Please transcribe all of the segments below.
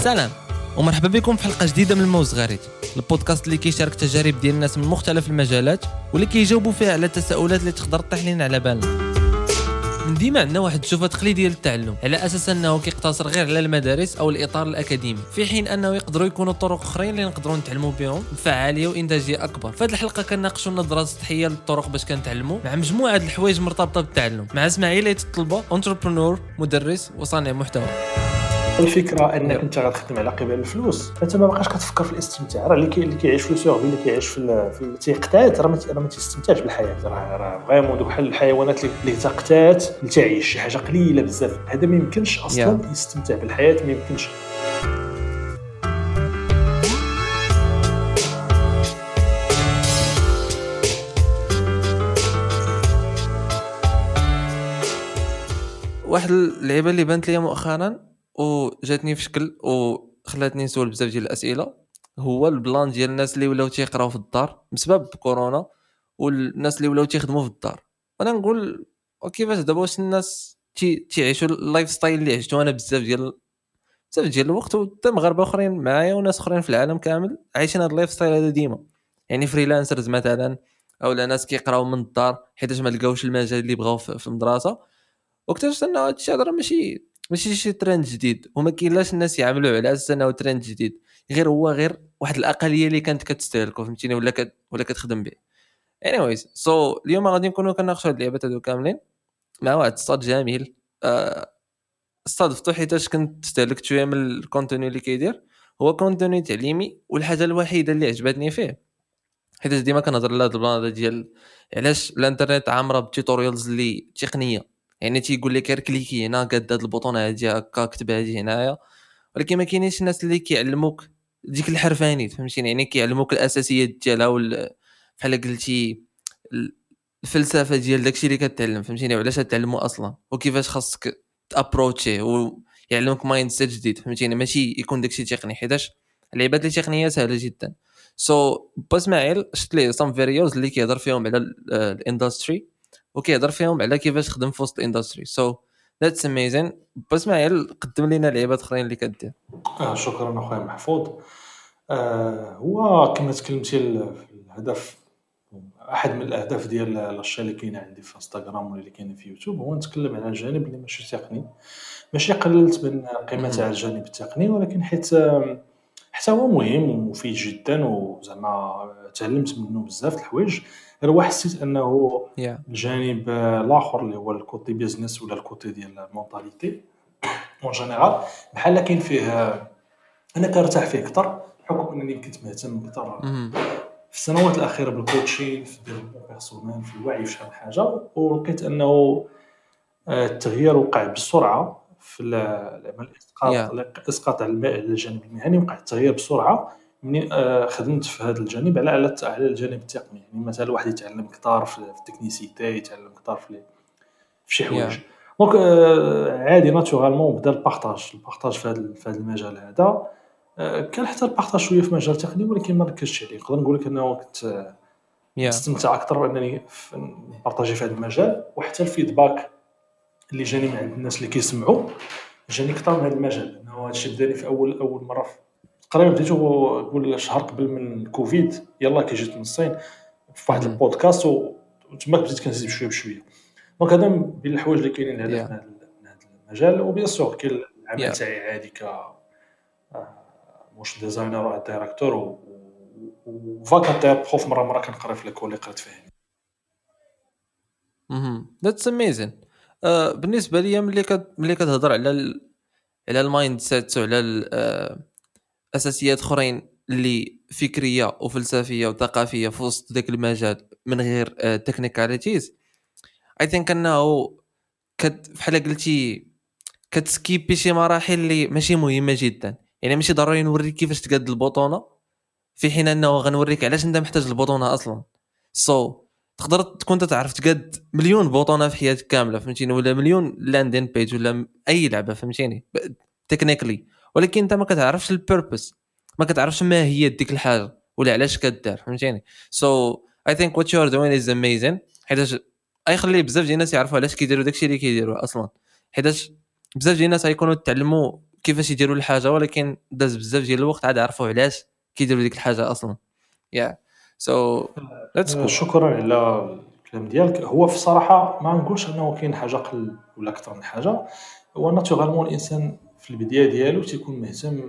سلام ومرحبا بكم في حلقة جديدة من الموز غريب، البودكاست اللي كيشارك تجارب ديال الناس من مختلف المجالات واللي كيجاوبوا فيها على التساؤلات اللي تقدر تطيح لنا على بالنا. من ديما عندنا واحد الشوفه تقليديه ديال التعلم على اساس انه كيقتصر غير على المدارس او الاطار الاكاديمي، في حين انه يقدروا يكونوا طرق اخرين اللي نقدروا نتعلموا بهم بفعاليه وانتاجيه اكبر. في هذه الحلقه كنناقشوا النظره السطحيه للطرق باش كنتعلموا مع مجموعه الحوايج مرتبطه بالتعلم مع اسماعيل الطلبه انتربرونور مدرس وصانع محتوى. الفكره انك انت غتخدم على قبل الفلوس، فانت ما بقاش كتفكر في الاستمتاع. راه اللي كيعيش في السوق اللي كيعيش في تيقتات راه ما تيستمتعش بالحياه. راه فريمون دوك بحال الحيوانات اللي تقتات لتعيش شي حاجه قليله بزاف، هذا ما يمكنش اصلا يستمتع بالحياه، ما يمكنش. واحد اللعيبه اللي بانت لي مؤخرا وجاتني في شكل وخلاتني نسول بزاف ديال الاسئله، هو البلان ديال الناس اللي ولاو تيقراو في الدار بسبب كورونا والناس اللي ولاو تيخدموا في الدار. انا نقول كيفاش دابا واش الناس تيعيشوا اللايف ستايل اللي عشتو انا بزاف ديال الوقت، وحتى مغاربه اخرين معايا وناس اخرين في العالم كامل عايشين هذا اللايف ستايل هذا ديما، يعني فريلانسرز مثلا او ناس كيقراو من الدار حيت ما لقاوش المجال اللي بغاو في المدرسه. واكتشفت ان هذا الشيء ماشي شي ترند جديد، وما كاينلاش الناس يعملوا على اساس انه ترند جديد، غير واحد الاقليه اللي كانت كتستهلكو، فهمتيني، ولا كتخدم به. anyways اليوم غادي نكونوا كنناقشوا هاد اللعبات هادو كاملين مع واحد الصاد جميل. استضفتو حيتاش كنت استهلكت شويه من الكونتوني اللي كيدير، هو كونتوني تعليمي، والحاجه الوحيده اللي عجبتني فيه حيت ديما كنهضر على هاد البلان ديال علاش الانترنت عامره بتيتوريالز اللي تقنيه، يعني تيقول لك كليكي هنا قاد هاد البوطون هادي هكا كتب هادي هنايا، ولكن ما كاينينش الناس اللي كيعلموك ديك الحرفانيت، فهمتيني، يعني كيعلموك الاساسيات ديالها بحال قلتي الفلسفه ديال داكشي اللي كتعلم، فهمتيني، وعلاش تعلموا اصلا وكيفاش خاصك تابروتشي، ويعلمك مايند سيت جديد، فهمتيني، ماشي يكون داكشي تقني، حيتاش اللعبات اللي تقنيه سهله جدا. باسماعيل شفت ليه سام فيديوز اللي كيهضر فيهم على الاندستري وكيهضر فيهم على كيفاش تخدم في وسط الاندستري. ذاتس اميزين. باسماعيل قدم لنا لعبات اخرين اللي كدير. شكرا اخويا محفوظ. هو كما تكلمتي الهدف، احد من الاهداف ديال الاشياء اللي كاينه عندي في انستغرام واللي كاينه في يوتيوب هو نتكلم على الجانب اللي ماشي تقني. ماشي قللت من قيمته على الجانب التقني، ولكن حيت حتى هو مهم ومفيد جدا، وزعما تعلمت منه بزاف الحوايج. غير حسيت انه الجانب الاخر اللي هو الكوتي بيزنس ولا الكوتي ديال المونطاليتي اون جينيرال بحال كاين فيه، انا كنرتاح فيه اكثر بحكم انني كنت مهتم اكثر في السنوات الاخيره بالكوتشين، في الديفلوبمون بيرسونيل، في الوعي في شحال حاجه، ولقيت انه التغيير وقع بسرعه في الاسقاط على الجانب المهني. وقع التغيير بسرعه مني خدمت في هذا الجانب على الجانب التقني. يعني مثلا واحد يتعلم اكثر في التكنيسيتي، يتعلم اكثر في شي حوايج، دونك عادي ناتورالمون بدا البارطاج في هذا المجال هذا. كان حتى البارطاج شويه في مجال تقني، ولكن ما ركزتش عليه. نقدر نقول لك انه كنت استمتع اكثر بانني نبارطاجي في هذا المجال، وحتى الفيدباك اللي جاني من عند الناس اللي كيسمعوا جاني اكثر من هذا المجال. انه هذا الشيء بداني في اول مره تقريبا بديتو نقول شهر قبل من الكوفيد، يلا كي جيت من الصين في واحد البودكاست، وتما بديت كنزيد بشويه بشويه. دونك هذا بين الحوايج اللي كاينين هذا من هذا المجال. وبيان سور كاين العمل تاعي عادي ك موشن ديزاينر و دايركتور وفاكانتير بروف مره كنقرا في ليكول اللي قريت فيها. ذاتس اميزين. بالنسبه لي ملي كتهضر على المايند سيت وعلى الاساسيات اخرين اللي فكريه وفلسفيه وثقافيه في وسط ذاك المجال من غير تكنيكاليتيز، اي ثينك انه بحال قلتي كتسكيبي شي مراحل اللي ماشي مهمه جدا. يعني ماشي ضروري نوريك كيفاش تقاد البوطونه في حين انه غنوريك علاش انت محتاج البوطونه اصلا. تقدر تكون تعرف تقاد مليون بوطونه في حياتك كامله، فهمتيني، ولا مليون لاندين بيج ولا اي لعبه، فهمتيني، تكنيكلي، ولكن انت ما كتعرفش البيربس، ما كتعرفش ما هي ديك الحاجه ولا علاش كدار، فهمتيني. I think what you are doing is amazing، حيت يخلي بزاف ديال الناس يعرفوا علاش كيديروا داكشي اللي كيديروا اصلا، حيت بزاف ديال الناس غيكونوا تعلموا كيفاش يديروا الحاجه، ولكن داز بزاف ديال الوقت عاد عرفوا علاش كيديروا ديك الحاجه اصلا. يا سو ليتس جو. شكرا على الكلام ديالك. هو في الصراحه ما نقولش انه كاين حاجه قل ولا اكثر من حاجه. هو ناتورالمون الانسان في البدايه ديالو تيكون مهتم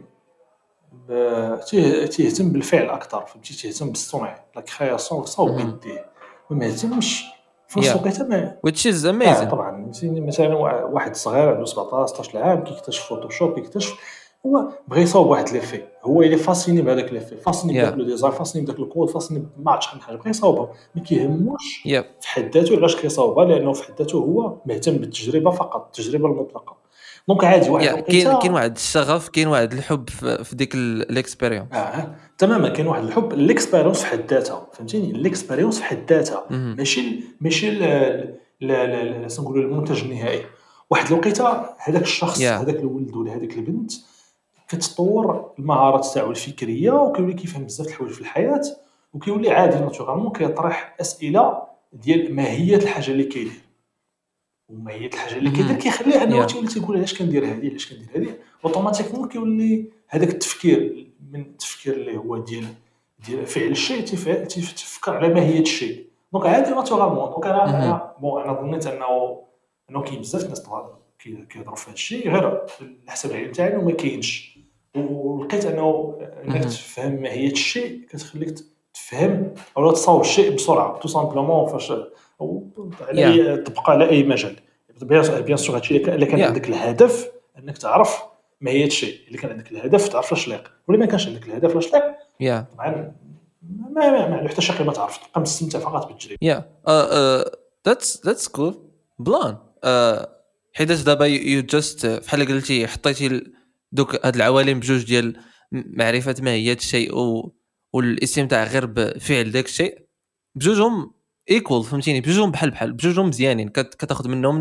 تيهتم بالفعل اكثر، فهمتي، تيهتم بالصنع، لا كرياسيون صاوب بيديه، ما مهتمش في نفس يا الوقت ما. which is amazing. طبعا مثلا واحد صغير عنده 17 16 عام كيكتشف فوتوشوب، كيكتشف، هو بغى يصاوب واحد ليفي، هو اللي فاسيني بهذاك ليفي، فاسيني بداك يا لو ديزاين، فاسيني بداك الكود، فاسيني ما عرفتش شحال من حاجه، بغى يصاوبها، ما كيهموش يا في حد ذاته علاش كيصاوبها، لانه في حد ذاته هو مهتم بالتجربه فقط، التجربه المطلقه. دونك عادي واحد يا كاين الوقيته. واحد الشغف، كاين واحد الحب في ديك الاكسبيريونس. تماما، كاين واحد الحب، الاكسبيريونس في حد ذاتها، فهمتيني، الاكسبيريونس في حد ذاتها، ماشي نقولوا المنتج النهائي. واحد الوقيته هذاك الشخص، يا هذاك الولد ولا هذيك البنت كتطور المهارات تاعو الفكريه، وكيولي كيفهم بزاف د الحوايج في الحياه، وكيولي عادي ناتورالمون كيطرح اسئله ديال ماهيه الحاجه اللي كيدير، وماهيه الحاجه اللي كيدير كيخليه انه يا تيولي تيقول علاش كندير هذه، علاش كندير هذه، اوتوماتيكمون كيولي هذاك التفكير، من التفكير اللي هو ديال فعل الشيء، تفكر على ماهيه الشيء. دونك عادي ناتورالمون. دونك انا ظنيت انه كاين بزاف الناس كيهضروا في هذا الشيء، غير على حسب العلم تاعي انه ما كاينش. ولقيت انه انك تفهم ماهيه الشيء كتخليك تفهم او تصاوب الشيء بسرعه، تو سامبلومون فاش على يا اي طبقه، على اي مجال. بيان سور هادشي الا كان يا عندك الهدف انك تعرف ماهيه الشيء، الا كان عندك الهدف تعرف لاش ليق، ولا ما كانش عندك الهدف لاش ليق، يا طبعا ما عنده حتى شي قيمه، تعرف تبقى مستمتع فقط بالتجربه. يا that's cool بلان. حيتاش دابا يو جاست بحال قلتي حطيتي دوك هاد العوالم بجوج ديال معرفه ماهيه الشيء والاستمتاع غير بفعل داك الشيء، بجوجهم ايكوال، فهمتيني، بجوجهم بحال بجوجهم مزيانين، كتاخذ منهم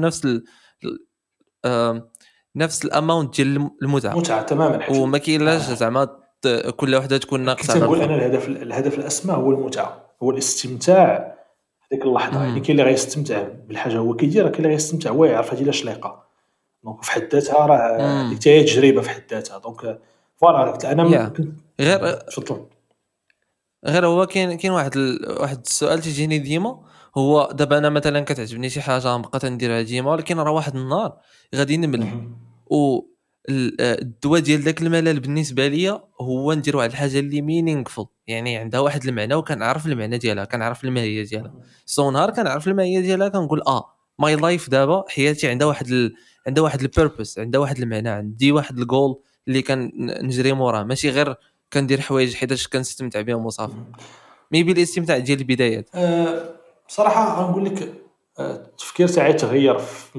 نفس الاماونت ديال المتعه، متعه تماما، حيت وما كاينلاش زعما كل وحده تكون كنت ناقصه على تنقول انا الاخرى. الهدف الاسمى هو المتعه، هو الاستمتاع هذيك اللحظه. يعني كاين اللي غيستمتع بالحاجه هو كيديرها، كاين اللي غيستمتع هو يعرف هذه لاش لايقه. دونك في حد ذاتها راه هذيك حتى هي تجربه في حد ذاتها. دونك فوالا انا يا كنت غير تفضل. هو كاين واحد السؤال تيجيني ديما. هو دابا انا مثلا كتعجبني شي حاجه نبقى تنديرها ديما، ولكن راه واحد النهار غادي نمل، و الدواء ديال داك الملل بالنسبه ليا هو ندير واحد الحاجه اللي مينينغفول، يعني عندها واحد المعنى وكنعرف المعنى ديالها، كنعرف الماهيه ديالها. سو نهار كنعرف الماهيه ديالها كنقول ماي لايف دابا حياتي عندها عندها واحد البيربوس، عندها واحد المعنى، عندي واحد الجول اللي كنجري موراه، ماشي غير كندير حوايج حيتاش كنستمتع بهم وصافي. ميبي الاستمتاع ديال البدايات. بصراحه غنقول لك، التفكير تاعي تغير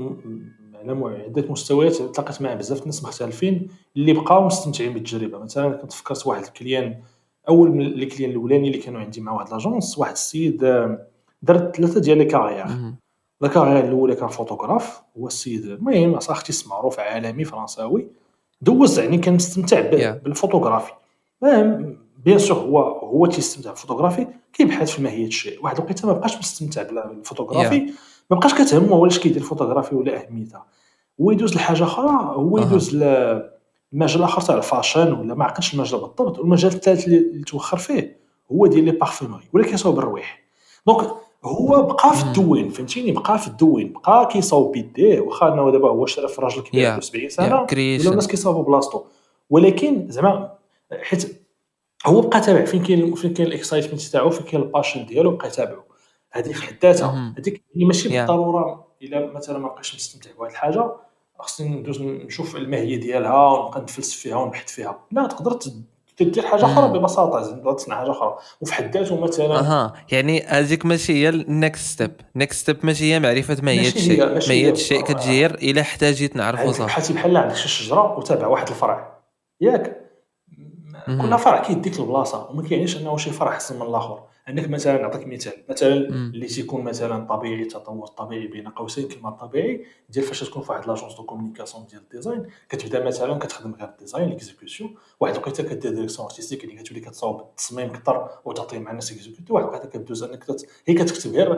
على عده مستويات. تلاقيت مع بزاف الناس مختلفين اللي بقاو مستمتعين بالتجربه. مثلا كنت فكرت واحد الكليان، اول من الكليان الاولاني اللي كانوا عندي مع واحد لاجونس، واحد السيد دار 3 ديال لي كارير. لا كارير الاولى كان فوتوغراف، هو السيد المهم ارتيست معروف عالمي فرنساوي، دوز يعني كان مستمتع بالفوتوغرافي. بيان سور هو تيستمتع بالفوتوغرافي، كيبحث في ماهيه الشيء. واحد الوقيته ما بقاش مستمتع بالفوتوغرافي، ما بقاش كتهمه واش كيدير الفوتوغرافي ولا اهميتها، هو يدوز لحاجه اخرى، هو يدوز المجال اخر تاع الفاشن، ولا ما عقلتش المجال بالضبط. والمجال الثالث اللي توخر فيه هو ديال لي بارفومري، ولا كيصاوب الروايح. دونك هو بقى في الدوين، فهمتيني، بقى في الدوين، بقى كيصاوب بيديه، واخا انه دابا هو شرف راجل كبير عنده 70 سنه ولا الناس كيصاوبوا بلاصتو، ولكن زعما حيت هو بقى تابع فين كاين الاكسايتمنت تاعو، فين كاين الباشن ديالو، بقى تابعو. هذيك في حد ذاتها، هذيك ماشي بالضروره الا مثلا ما بقيتش مستمتع بواحد الحاجه خصني ندوز نشوف الماهيه ديالها ونبقى نتفلسف فيها ونبحث فيها. لا، تقدر دير حاجه اخرى ببساطه، زعما تصنع حاجه اخرى وفي حد ذاته مثلا. يعني هذيك ماشي هي النكست ستيب ماشي هي معرفه ماهيه ماشي ماهيه هي الشيء كتجير الا احتاجيت نعرفو هذيك صافي. بحال عندك شي شجره وتابع واحد الفرع ياك، كل فرع كيديك البلاصه، وما كيعنيش انه شي فرع احسن من الاخر. عندك مثلا، نعطيك مثال، مثلا اللي تيكون مثلا طبيعي، التطور الطبيعي بين قوسين كلمه طبيعي ديال فاش تكون في واحد لاجونس دو كومونيكاسيون ديال الديزاين، كتبدا مثلا كتخدم غير الديزاين ليكزيكسيون، واحد الوقيته كدير ديريكسيون ارتستيك اللي كتولي كتصاوب التصميم اكثر وتعطيه مع الناس اكزيكوتي، واحد الوقيته كدوز انك هي كتكتب غير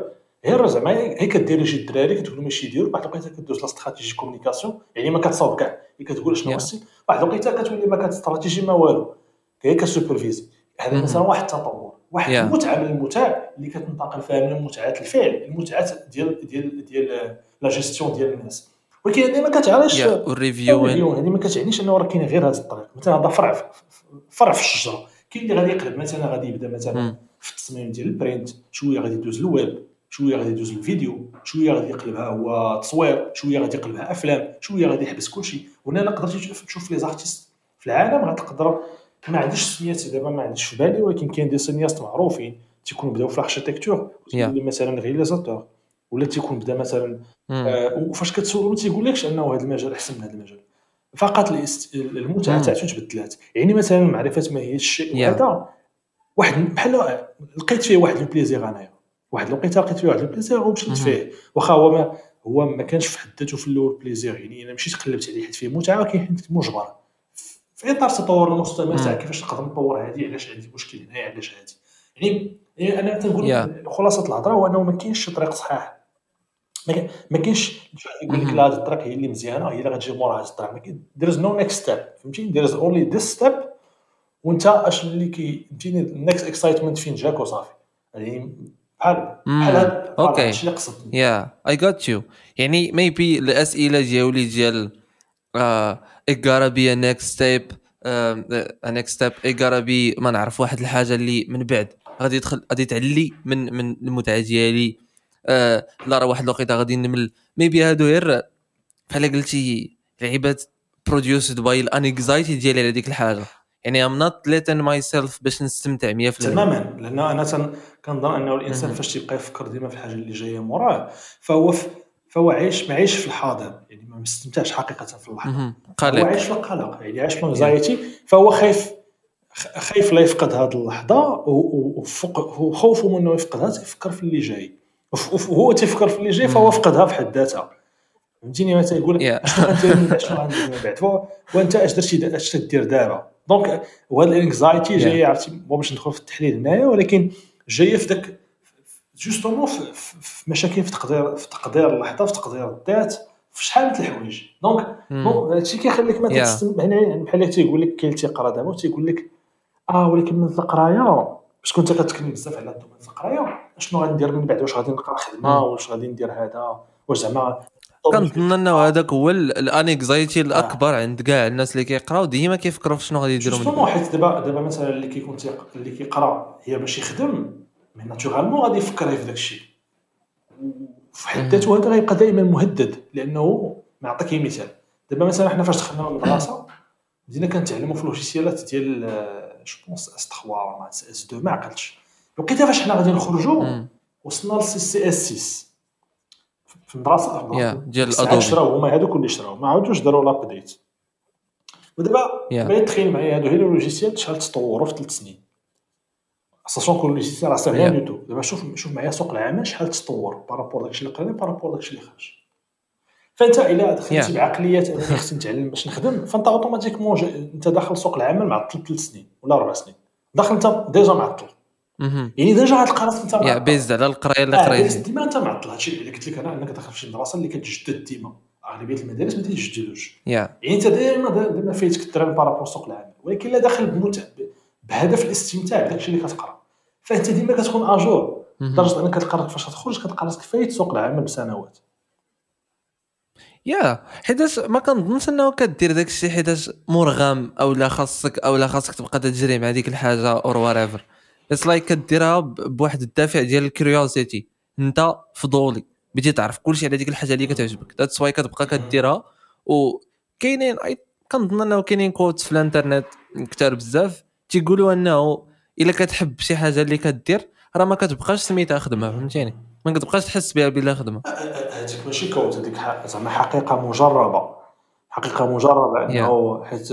غير زعما هي كدير شي الدراري كتقول لهم اش يديروا، بعد الوقيته كدوز لا استراتيجي كومونيكاسيون، يعني ما كتصاوب كاع، هي كتقول شنو هو يا السيل، بعد الوقيته كتولي ما كتستراتيجي ما والو، هي كسوبرفيزي. هذا مثلا واحد التطور، واحد يا المتعه من المتع اللي كتنتقل فيها من متعات الفعل المتعات ديال لا جيستيون ديال الناس. ولكن هذه ما كتعنيش يا والريفيوين. هذه ما كتعنيش انه راه كاين غير هذا الطريق. مثلا هذا فرع في الشجره. كاين اللي غادي يقلب مثلا، غادي يبدا مثلا في التصميم ديال البرينت، شويه غادي يدوز للويب، شويه غادي يدوز للفيديو، شويه غادي يقلبها هو تصوير، شويه غادي يقلبها افلام، شويه غادي يحبس كلشي. وهنا نقدر تشوف لي زارتيست في العالم غتقدر، ما عنديش سميات دابا ما عنديش في بالي، ولكن كاين دي سينياست معروفين تيكونوا بداو في الاركتيكتور يا وتولي مثلا رياليزاتور، ولا تيكون بدا مثلا وفاش كتسولو ما تيقولكش انه هذا المجال احسن من هذا المجال، فقط المتعه تاعو تبدلات. يعني مثلا معرفه ما هي الشيء، يا وهذا واحد بحال لقيت فيه واحد البليزير انايا، واحد الوقيته لقيت فيه واحد البليزير ومشيت فيه، واخا هو ما كانش في حد ذاته في الاول بليزير، يعني انا مشيت قلبت عليه حيت فيه متعه، ولكن حيت مجبر في اطار تطور المستمر تاع كيفاش نقدر نطور هذه، علاش عندي مشكل هنايا، علاش هذه. يعني انا تنقول يا لك خلاصه الهضره هو انه ما كاينش طريق صحيح، ما كاينش شي واحد يقول لك لا هذه الطريق هي اللي مزيانه، هي اللي غتجي مورا هذه الطريق. ما كاين there is no next step، فهمتي؟ there is only this step، وانت اش اللي فهمتيني النكست اكسايتمنت فين جاك وصافي. يعني بحال هذا فوالا اوكي. هادشي اللي قصدت. يا اي جوت يو. يعني ميبي الاسئله ديالي ديال it gotta be a next step a next step it gotta be ما نعرف واحد الحاجه اللي من بعد غادي تعلي من المتعه ديالي. لا راه واحد الوقيته غادي نمل ميبي هادو غير بحال قلتي لعيبات produced by الانكزايتي ديالي على ديك الحاجه. يعني I'm not letting myself باش نستمتع 100%. تماما، لان انا كنظن انه الانسان فاش تيبقى يفكر ديما في الحاجه اللي جايه موراه، فهو عايش في الحاضر، يعني ما مستمتعش حقيقه في اللحظه، فهو قلق. عايش في القلق، يعني عايش في الانكزايتي، فهو خايف لا يفقد هذه اللحظه، وخوفه من انه يفقدها تيفكر في اللي جاي، وهو تيفكر في اللي جاي فهو فقدها في حد ذاتها. فهمتيني؟ مثلا يقول شنو غندير من بعد، شنو غندير من بعد، وانت اش درتي، اش تدير دابا. دونك وهاد الانكزايتي جايه، عرفتي، مو باش ندخل في التحليل هنايا، ولكن جايه في داك جوستومون في مشاكل في تقدير اللحظه، في تقدير الذات، في شحال من الحوايج. دونك هادشي كيخليك ما تستمتع. هنا بحال تيقول لك كاين اللي تيقرا دابا وتيقول لك ولكن من القرايه، باش كنت كتكلم بزاف على الدومين القرايه، شنو غندير من بعد، واش غادي نلقى خدمه، واش غادي ندير هذا، واش زعما كنظن انه هذاك هو الانكزايتي الاكبر عند كاع الناس اللي كيقراو، ديما كيفكروا في شنو غادي يديروا من جوستومون. بعد. حيت دابا مثلا اللي كيكون اللي كيقرا هي باش يخدم، مي ناتورالمون غادي يفكر في داك الشيء، في حد ذاته هذا غيبقى دائما مهدد. لانه نعطيك مثال، دابا مثلا حنا فاش دخلنا للمدرسه بدينا كنتعلموا في اللوجيسيالات ديال جو بونس اس 3 ولا اس 2، ما عقلتش. لقيتها فاش حنا غادي نخرجوا وصلنا للسي اس 6 في المدرسه. ديال الساعات الادوبي. شراو هما هذوك اللي شراو، ما عاودوش داروا لابديت. ودابا تخيل معايا هادو هي اللوجيسيال شحال تطوروا في 3 سنين، ساشون كل لوجيسيال راه سي ريان دو تو. دابا شوف معايا سوق العمل شحال تطور بارابور داكشي اللي قرينا، بارابور داكشي اللي خرج. فانت الا دخلتي بعقليه انني خصني نتعلم باش نخدم، فانت اوتوماتيكمون انت داخل سوق العمل معطل 3 سنين ولا 4 سنين، داخل انت ديجا معطل. يعني ديجا هاد القرار انت معطل، بيزد على القرايه اللي قريتي. ديما انت معطل. هادشي اللي قلت لك انا، انك داخل في شي مدرسه اللي كتجدد ديما، اغلبيه المدارس ما تيجددوش. يعني انت ديما فايتك التران بارابور سوق العمل، ولكن لا داخل بهدف الاستمتاع بداكشي اللي كتقرا، فانت ديما كتكون اجور، لدرجه انك كتقرر فاش تخرج كتلقى راسك فايت سوق العمل بسنوات. حيتاش ما كنظنش انه كدير داكشي حيتاش مرغم او لا خاصك تبقى تجري مع ديك الحاجه اور ورايفر. اتس لايك كديرها بواحد الدافع ديال الكيوريوسيتي، انت فضولي بديتي تعرف كلشي على ديك الحاجه اللي كتعجبك، ذاتس واي كتبقى كديرها. وكاينين كنظن انه كاينين كوتس في الانترنت كثار بزاف تيقولوا انه الا كتحب شي حاجه اللي كدير راه ما كتبقاش سميتها خدمه، فهمتيني؟ ما كتبقاش تحس بها بلا خدمه. هذيك ماشي كوت، هذيك زعما حقيقه مجربه، انه حيت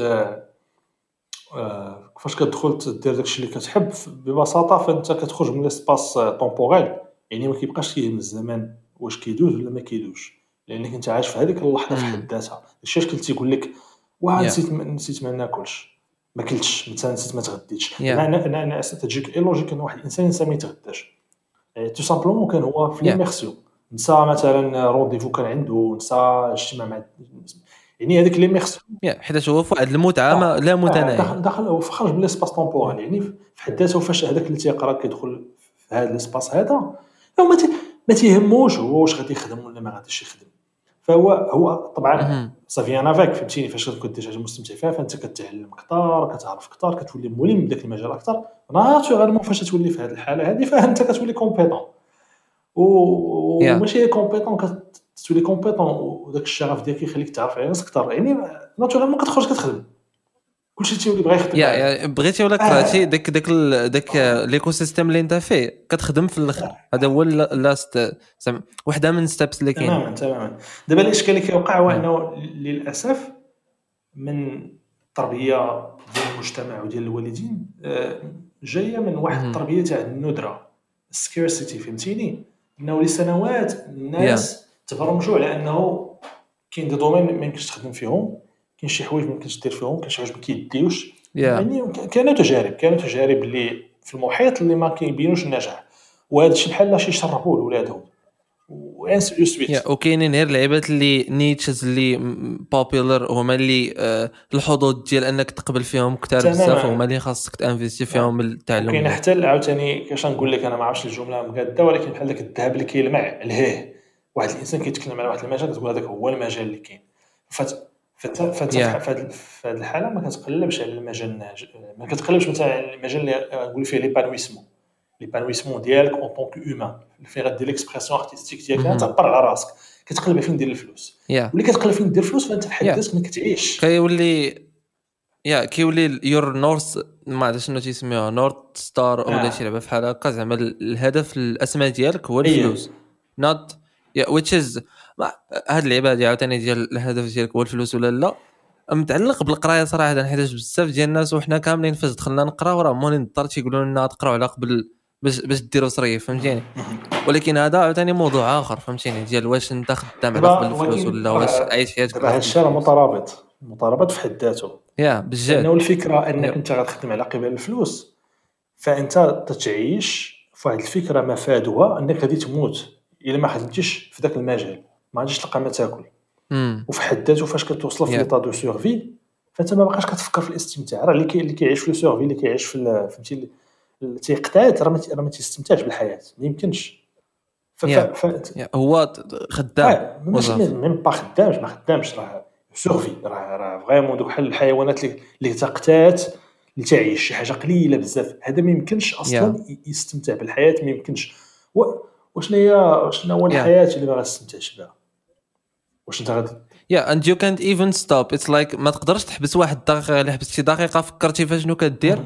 فاش كتدخل دير داكشي اللي كتحب ببساطه، فانت كتخرج من ليسباس طومبوريل، يعني ما كيبقاش كيهم الزمان واش كيدوز ولا ما كيدوزش، لانك انت عايش في هذيك اللحظه في حد ذاتها. الشيء كنت تيقول لك نسيت ما ناكلش، ما كلتش مثلا، نسيت ما تغديتش. انا تجيك اي لوجيك ان واحد الانسان ما يتغداش، تو سامبلومون كان هو في يا ليميرسيون، نسى مثلا رونديفو كان عنده، نسى اجتماع مع، يعني هذيك ليميرسيون. حيت هو في واحد المتعه ما لا متناهيه. دخل هو خرج من ليسباس طومبورال، يعني في حد ذاته فاش هذاك اللي تيقرا كيدخل في هذا ليسباس هذا، هو ما تيهموش هو واش غادي يخدم ولا ما غاديش يخدم. فهو طبعا مهم. صافي انا فاك فهمتيني، فاش كنت ديجا مستمتع فيها فانت كتعلم اكثر، كتعرف اكثر، كتولي ملم بداك المجال اكثر. ناتورالمون فاش تولي في هذه الحاله هذه فانت كتولي كومبيتون، يا وماشي كومبيتون، كتولي كومبيتون، وداك الشغف ديالك يخليك تعرف على ناس اكثر، يعني ناتورالمون كتخرج كتخدم، كلشي تيولي بغا يخدم معاك. بغيتي ولا كرهتي داك ليكو سيستيم اللي انت فيه كتخدم في الاخر. هذا هو لاست زعما وحده من ستابس اللي كاينين. تماما. دابا الاشكال اللي كيوقع هو يا انه للاسف من التربيه ديال المجتمع وديال الوالدين جايه من واحد مهم. التربيه تاع الندره، السكيرسيتي، فهمتيني، انه لسنوات يا الناس تبرمجوا على انه كاين دي دومين ما يمكنش تخدم فيهم، كاين شي حوايج ما يمكنش دير فيهم، كاين شي حوايج ما كيديوش. يا يعني كانوا تجارب اللي في المحيط اللي ما كيبينوش النجاح، وهذا الشيء بحال شي يشربوه لولادهم وانس يو سويت. وكاينين غير لعيبات اللي نيتشز اللي بوبولار هما اللي الحظوظ ديال انك تقبل فيهم كثار بزاف، هما تماما. اللي خاصك تانفيستي فيهم التعلم وكاين ديالك. حتى عاوتاني كيفاش نقول لك، انا ما عرفتش الجمله مقاده، ولكن بحال داك الذهب اللي كيلمع الهيه، واحد الانسان كيتكلم على واحد المجال كتقول هذاك هو المجال اللي كاين. فانت يا في هذه الحاله ما كتقلبش على المجال ما كتقلبش مثلا على المجال اللي نقول فيه ليبانويسمون ديالك اون طونك هيومان، فين غدير ليكسبرسيون ارتستيك ديالك مهم. تعبر على راسك، كتقلب فين دير الفلوس. يا واللي كتقلب فين دير الفلوس فانت بحد يا ذاتك ما كتعيش. كيولي يور نورث، ما عرفتش شنو تيسميوها، نورث ستار ولا شي اه لعبه بحال هكا. زعما الهدف الاسمى ديالك هو اي الفلوس. نوت which is هاد اللعبه هادي عاوتاني ديال الهدف ديالك هو الفلوس ولا لا، متعلق بالقرايه صراحه. حيت بزاف ديال الناس وحنا كاملين فاش دخلنا نقراو راه مولين الدار تيقولوا لنا تقراو على قبل باش ديروا صريف، فهمتيني. ولكن هذا عاوتاني موضوع اخر، فهمتيني، ديال واش انت خدام على قبل دابا الفلوس ولكن ولا واش عايش حياتك دابا على هذا قبل الشيء راه الفلوس. مترابط في حد ذاته، لانه بجد. الفكره انك يا انت غتخدم على قبل الفلوس، فانت تتعيش في واحد الفكره مفادها انك غادي تموت الا ما خدمتيش في ذاك المجال، ما غاديش تلقى ما تاكل. امم وفي حد ذاته فاش كتوصل في يا ليطا دو سورفي، فانت ما بقاش كتفكر في الاستمتاع. راه اللي كيعيش في لو سورفي، اللي كيعيش في فهمتي تيقتات، راه ما تيستمتعش بالحياه، ما يمكنش. ف ف يا ف هو خدام ماشي وصافي. ميم با خدامش ما خدامش، راه سورفي، راه فريمون دوك بحال الحيوانات اللي تقتات، اللي تعيش شي حاجه قليله بزاف، هذا ما يمكنش يا اصلا يستمتع بالحياه، ما يمكنش. و... وشنو هو يا الحياه اللي ما غتستمتعش بها؟ واش انت غادي and you can't even stop. it's like ما تقدرش تحبس واحد الدقيقه. الا حبستي دقيقه فكرتي فاشنو كدير،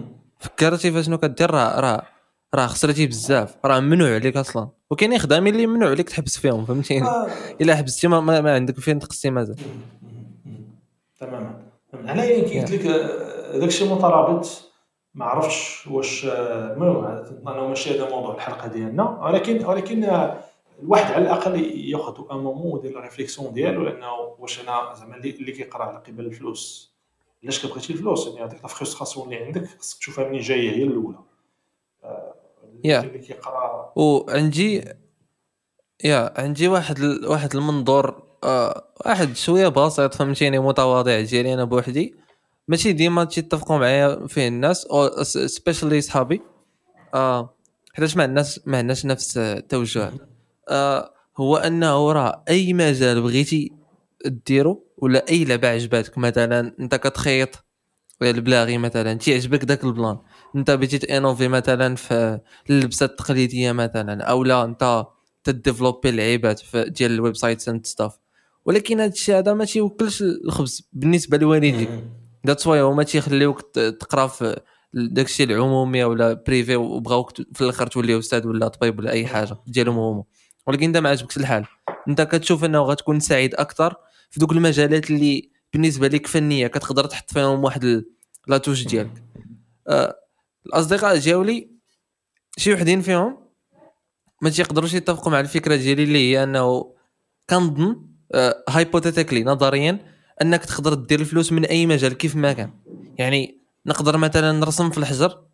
راه خسرتي بزاف، راه ممنوع عليك اصلا. وكاينين خدامين اللي ممنوع عليك تحبس فيهم، فهمتيني. آه. الا حبستي ما عندك فين تقسي مازال. تماما. على كي قلت يا لك داك الشيء مترابط. ما عرفتش واش المهم انا ماشي هذا موضوع الحلقه ديالنا، ولكن الواحد على الاقل ياخذ ان مومون ودير لا ريفليكسيون ديالو، لانه واش انا زعما اللي كيقرا على قبل الفلوس، علاش كبغيتي الفلوس؟ يعني هذيك لا فريستراسيون اللي عندك خصك تشوفها منين جايه، هي الاولى. يا اللي كيقرا وعندي عندي واحد المنظور واحد شويه بسيط، فهمتيني، متواضع ديالي انا بوحدي. ماشي ديما تيتفقوا معايا فيه الناس او سبيشالي صحابي. حيتاش ما عندناش نفس التوجهات. هو انه راه اي مجال بغيتي ديرو ولا اي لعبه عجباتك، مثلا انت كتخيط البلاغي مثلا تيعجبك داك البلان، انت بغيتي تانوفي مثلا في اللبسه التقليديه مثلا، او لا انت تديفلوبي اللعيبات ديال الويب سايت اند ستاف. ولكن هذا الشيء هذا ما تيوكلش الخبز بالنسبه لوالديك. ذاتس واي هما تيخليوك تقرا في داك الشيء العمومي ولا بريفي، وبغاوك في الاخر تولي استاذ ولا طبيب ولا اي حاجه ديالهم هما. ولكن انت ما عجبكش الحال، انت كتشوف انه غتكون سعيد اكثر في دوك المجالات اللي بالنسبه لك فنيه، كتقدر تحط فيهم واحد لا توش ديالك. الاصدقاء ديالي شي وحدين فيهم ما تيقدروش يتفقوا مع الفكره ديالي، اللي هي انه كنظن هايبوثيتيكلي نظريا انك تقدر دير الفلوس من اي مجال كيف ما كان. يعني نقدر مثلا نرسم في الحجر،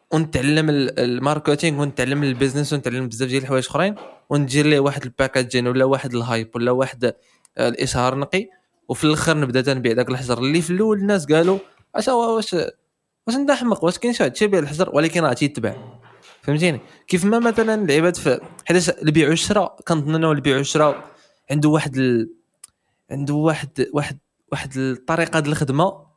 ونتعلم الماركتينغ ونتعلم البيزنس ونتعلم بزاف ديال الحوايج اخرين وندير ليه واحد الباكاجين ولا واحد الهايب ولا واحد الاشهار نقي وفي الاخر نبدا تنبيع داك الحجر اللي في الاول الناس قالوا واش انت حمق واش كاين شي واحد تيبيع الحجر ولكن راه تيتباع فهمتيني كيف ما مثلا لعبات في حيت البيع والشراء كنظن انه البيع والشراء عنده واحد الطريقه ديال الخدمه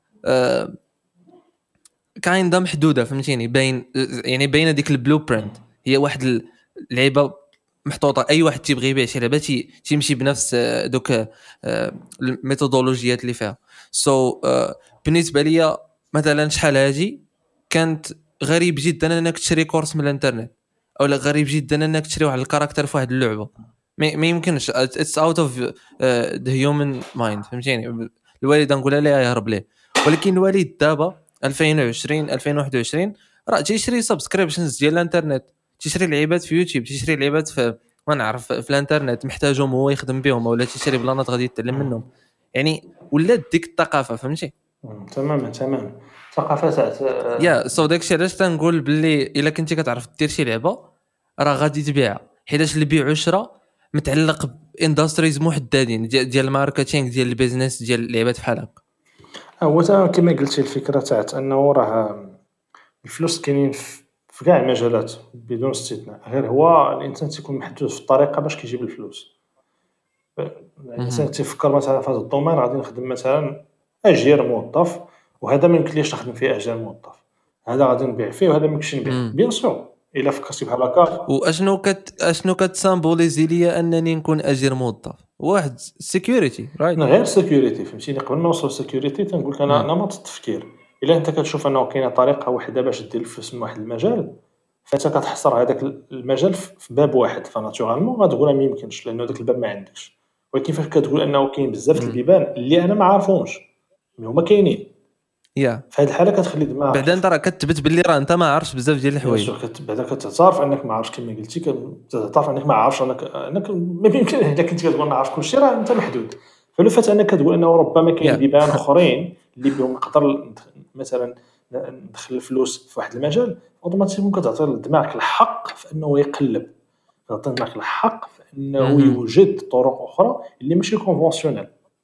كايندا محدوده فهمتيني باين يعني باينه ديك البلو برينت هي واحد اللعيبه محطوطه اي واحد تيبغي يبيع شي لعبه تيمشي بنفس دوك الميثودولوجيات اللي فيها بالنسبه ليا مثلا شحال هاجي كانت غريب جدا انك تشري كورس من الانترنت او لا غريب جدا انك تشري واحد الكاركتر في واحد اللعبه ما يمكنش اتس اوت اوف ذا هيومن مايند فهمتيني الوالد نقول لها يهرب ليه ولكن الوالد دابا 2020 2021 راه تيشري سبسكريبشنز ديال الانترنت تيشري لعيبات في يوتيوب تيشري لعيبات في ما نعرف في الانترنت محتاجهم هو يخدم بهم ولا تيشري بلانات غادي يتعلم منهم يعني ولات ديك الثقافه فهمتي تماما ثقافه تاع يا سو داكشي علاش تنقول باللي الا كنتي كتعرف دير شي لعبه راه غادي تبيعها حيتاش البيع والشراء متعلق باندستريز محددين ديال الماركتينغ ديال البيزنس ديال اللعبات بحال هكا هو كما قلتي الفكره تاع انه راه الفلوس كاينين في كاع المجالات بدون استثناء غير هو الانسان تيكون محدود في الطريقه باش كيجيب الفلوس الانسان تيفكر مثلا في هذا الدومين غادي نخدم مثلا اجير موظف وهذا ما يمكنليش نخدم فيه اجير موظف هذا غادي نبيع فيه وهذا ما يمكنش نبيع بيان سور الا فكرتي بحال هكا واشنو كتسامبوليزي ليا انني نكون اجير موظف واحد سيكوريتي رايت غير سيكوريتي فهمتيني قبل ما نوصل سيكوريتي تنقول لك انا نمط التفكير الا انت كتشوف انه كاينه طريقه واحده باش دير الفلوس من واحد المجال فانت كتحصر هذاك المجال في باب واحد فناتورالمون غتقول ما يمكنش لانه داك الباب ما عندكش ولكن فاش كتقول انه كاين بزاف البيبان اللي انا ما عارفهمش هما كاينين في هذه الحاله كتخلي دماغك بعدا انت راه كتثبت باللي راه انت ما عارفش بزاف ديال الحوايج بعدا كتعترف انك ما عارفش كما قلتي كتعترف انك ما عارفش انك ما يمكن الا كنت كتقول نعرف كلشي راه انت محدود فلو فات انك كتقول انه ربما كاين بيبان اخرين اللي بهم نقدر مثلا ندخل الفلوس في واحد المجال اوتوماتيكمون كتعطي لدماغك الحق في انه يقلب كتعطي لدماغك الحق في انه يوجد طرق اخرى اللي ماشي كونفونسيونيل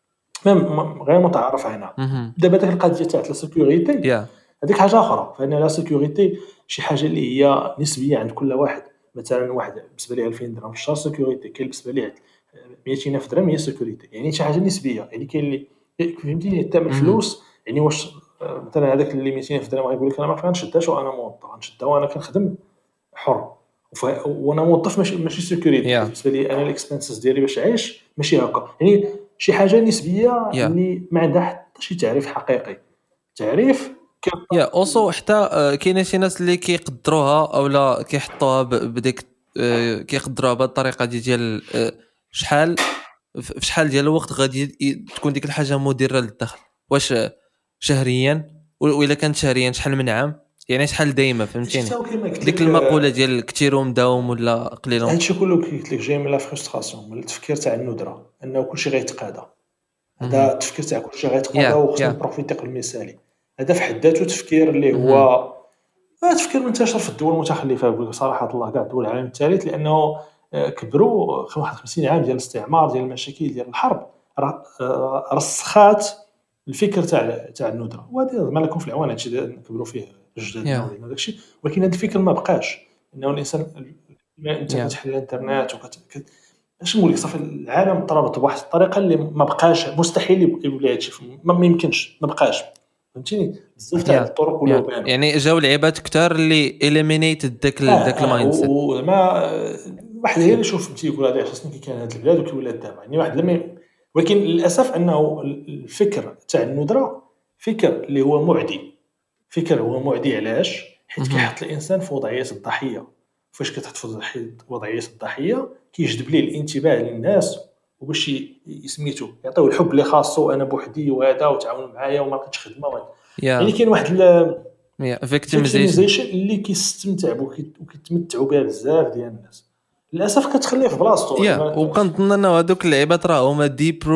غير متعارف عنها دابا داك القضيه تاع السيكوريتي هذيك حاجه اخرى فان لا سيكوريتي شي حاجه اللي هي نسبيه عند كل واحد مثلا واحد بالنسبه ليه 2000 درهم في الشهر سيكوريتي كاين بالنسبه ليه 200,000 درهم هي سيكوريتي يعني شي حاجه نسبيه يعني كاين اللي فهمتيني الثمن الفلوس يعني واش مثلا هذاك اللي 200,000 درهم غيقول لك انا ما كنشدهاش وانا موظف غنشدها وانا كنخدم حر وانا موظف ماشي سيكوريتي بالنسبه لي انا الاكسبنسز ديالي باش عايش ماشي هكا يعني شي حاجه نسبيه اللي ما عندها حتى شي تعريف حقيقي تعريف اوسو حتى كاينه شي ناس اللي كيقدروها او لا كيحطوها بديك كيقدروها بهذه الطريقه ديال شحال في شحال ديال الوقت غادي تكون ديك الحاجه مدره للدخل واش شهريا ولا كانت شهريا شحال من عام يعني شحال دايما فهمتيني ديك المقوله ديال كثير ومداوم ولا قليل هادشي كله قلت لك جاي من لا فرستراسيون من التفكير تاع الندره انه كلشي غيتقادا هذا التفكير تاع كلشي غيتقادا وخصنا نبروفيتي قبل المثالي هذا في حد ذاته تفكير اللي هو تفكير منتشر في الدول المتخلفه بصراحه الله كاع دول العالم الثالث لانه كبروا 51 عام ديال الاستعمار ديال المشاكل ديال الحرب رسخات الفكر تاع الندره وهذا ما لكم في العوان هادشي كبروا فيه جدادنا ولينا داكشي ولكن هذا الفكر ما بقاش انه الانسان انت كتحل الانترنت اش نقول لك صافي العالم ترابط بواحد الطريقه اللي ما بقاش مستحيل يولي هادشي ما يمكنش ما بقاش فهمتيني بزاف تاع الطرق ولا بان يعني جاو لعيبات كثار اللي اليمينيت داك المايند سيت وما واحد هي اللي شوف تيقول هذا اساسا كي كان هذا البلاد وكيولات دابا يعني واحد لما ولكن للاسف انه الفكر تاع الندره فكر اللي هو معدي فكر هو معدي علاش حيت كيحط الانسان في وضعيه الضحيه فاش كتحط في وضعيه الضحيه كيجذب ليه الانتباه للناس وباش يسميتو يعطيو الحب اللي خاصو انا بوحدي وهذا وتعاونوا معايا وما لقيتش خدمه يعني كاين واحد فيكتيمايزيشن اللي كيستمتع وكيتمتعوا بها بزاف ديال الناس للاسف كتخليه في بلاصتو وكنظن انه هذوك اللعيبات راه هما ديب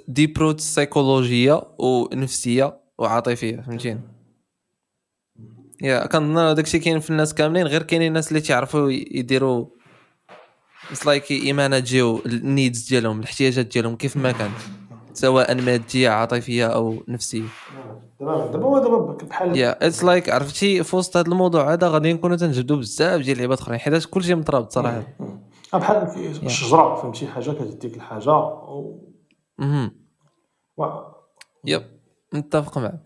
روتس سايكولوجيه ونفسيه وعاطفيه فهمتيني يا كنظن داكشي كاين في الناس كاملين، غير كاينين الناس اللي تيعرفوا يديروا لايك يماناجيو النيدز ديالهم، الاحتياجات ديالهم كيف ما كانت، سواء ماديه عاطفيه او نفسيه. دابا بحال يا اتس لايك عرفتي في وسط هذا الموضوع هذا غادي نكونوا تنجبدوا بزاف ديال اللعيبات اخرين، حيت كلشي مترابط صراحه. بحال يا الشجره، فهمتي، حاجه كتديك الحاجه اها و... يب متفق معك.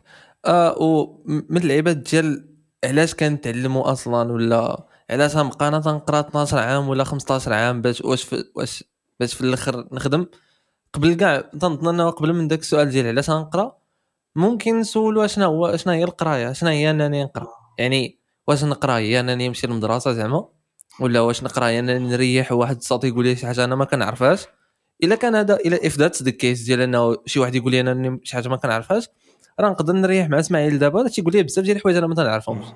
ومن اللعيبات ديال علاش كنتعلموا اصلا، ولا علاش غنبقى انا تنقرا 12 عام ولا 15 عام باش باش في الاخر نخدم. قبل كاع تنظن انه قبل من داك السؤال ديال علاش غنقرا، ممكن نسولوا شنو هي القرايه، شنو هي انني نقرا. يعني واش نقرا هي انني نمشي للمدرسه زعما، ولا واش نقرا هي انني نريح وواحد الصوت يقول لي شي حاجه انا ما كنعرفهاش. الا كان هذا، الا اف ذاتس ذا كيس ديال انه شي واحد يقول لي انا شي حاجه ما كنعرفهاش، راه نقدر نريح مع اسماعيل دابا تيقول لي بزاف ديال الحوايج انا ما تنعرفهمش.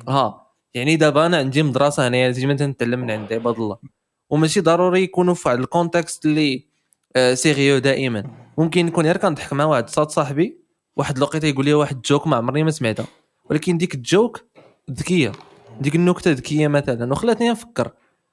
يعني دابا انا عندي مدرسه هنايا ديما تنتعلم من عند عباد الله، وماشي ضروري يكونوا في واحد الكونتكست اللي سيريو دائما. ممكن نكون غير كنضحك مع واحد صاحبي، واحد الوقيته يقول لي واحد جوك ما عمرني ما سمعتها، ولكن ديك الجوك ذكيه، ديك النكته ذكيه مثلا وخلاتني نفكر.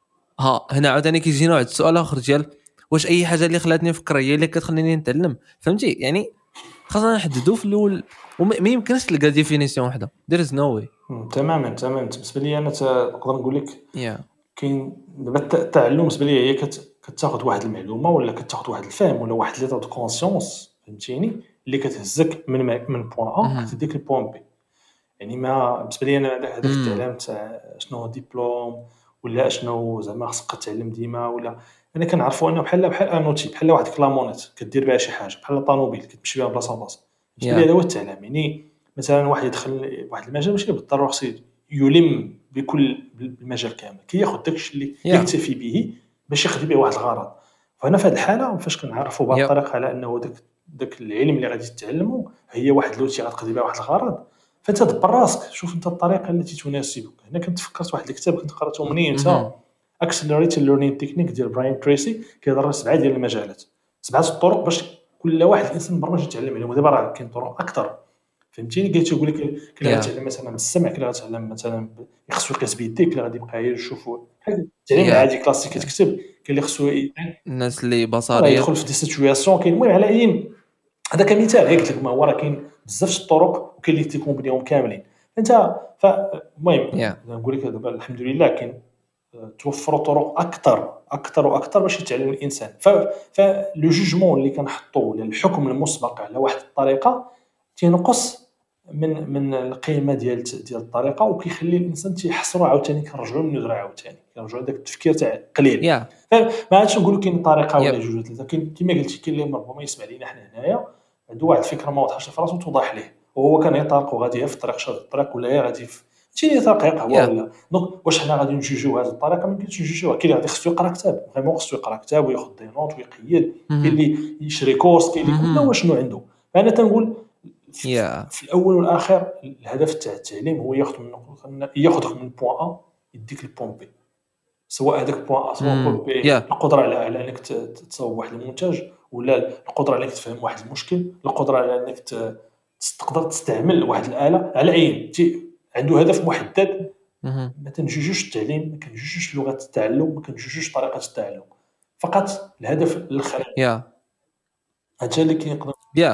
هنا عاوتاني كيجينا واحد السؤال اخر ديال واش اي حاجه اللي خلاتني نفكر هي اللي كتخليني نتعلم. فهمتي يعني خاصنا نحددوا في الاول، وما يمكنش تلقى ديفينيسيون واحده. there is no way. تماما بالنسبه لي انا نقدر نقول لك yeah كاين دابا التعلم بالنسبه لي هي كتاخذ واحد المعلومه ولا كتاخذ واحد الفهم ولا واحد ليطا دو كونسيونس، فهمتيني، اللي كتهزك من بوين ا كتديك لبوين بي. يعني ما بالنسبه لي انا هذاك التعلم تاع شنو هو ديبلوم ولا شنو زعما خصك تعلم ديما، ولا انا كنعرفوا انه بحال انوتي، بحال واحد كلامونيت كدير بها شي حاجه، بحال طوموبيل كتمشي بها بلاصه لبلاصه. بالنسبه لي هذا هو التعلم. يعني مثلا واحد يدخل واحد المجال ماشي بالضروره خصو يلم بكل بالمجال كامل، كياخذ داكشي اللي يكتفي به باش يخدم به واحد الغرض. فانا في هذه الحاله فاش كنعرفوا بهذه الطريقه على انه داك العلم اللي غادي تتعلمه هي واحد لوتي غتقضي بها واحد الغرض، فانت دبر راسك شوف انت الطريقه التي تناسبك. هنا كنت فكرت واحد الكتاب كنت قراته منين انت اكسلريت ليرنينغ تكنيك ديال براين تريسي، كيهضر 7 ديال المجالات، 7 الطرق باش كل واحد الانسان مبرمج يتعلم عليهم. ودابا راه كاين طرق اكثر، فهمتيني. قلت يقول لك كاين اللي غيتعلم مثلا بالسمع، كاين اللي غيتعلم مثلا خصو يقيس بيديه، كاين اللي غادي يبقى يشوف التعليم العادي كلاسيك كتكتب، كاين اللي خصو الناس اللي راه بصريات. يدخل في دي سيتوياسيون. كاين المهم على اي هذا كمثال قلت لك، ما هو راه كاين بزاف الطرق وكاين اللي تيكومبليهم كاملين. انت فالمهم نقول لك دابا الحمد لله كاين توفروا طرق اكثر واكثر باش يتعلم الانسان. فلو جوجمون اللي كنحطوا ولا الحكم المسبق على واحد الطريقه تينقص من القيمه ديال الطريقه، وكيخلي الانسان تيحصروا عاوتاني. كنرجعوا للنذره عاوتاني، كنرجعوا لذاك التفكير تاع قليل. ما عادش نقولوا كاين طريقه ولا جوج ولا ثلاثه، كاين كما قلتي كاين اللي ربما يسمع لينا حنا هنايا عنده واحد الفكره ما واضحاش في راسو توضح ليه، وهو كان يطرق وغادي في الطريق شاد الطريق، ولا هي غادي في شي طريق قهوه ولا دونك. واش حنا غادي نجوجيو هذه الطريقه؟ ما يمكنش نجوجيوها. كاين اللي غادي خصو يقرا كتاب، فريمون خصو يقرا كتاب وياخذ دي نوت ويقيد، كاين اللي يشري كورس، كاين اللي كل واش شنو عنده. فانا تنقول في الاول والاخر الهدف تاع التعليم هو ياخذك من بوين ا يديك لبوين بي، سواء هذاك بوين ا سواء بوين بي القدره على انك تصاوب واحد المنتج، ولا القدره على انك تفهم واحد المشكل، القدره على انك تقدر تستعمل واحد الاله على عين عنده هدف محدد. ما تنجوجوش التعليم، ما كنجوجوش لغه التعلم، ما كنجوجوش طريقه التعلم، فقط الهدف الاخر. هذا اللي كيقدر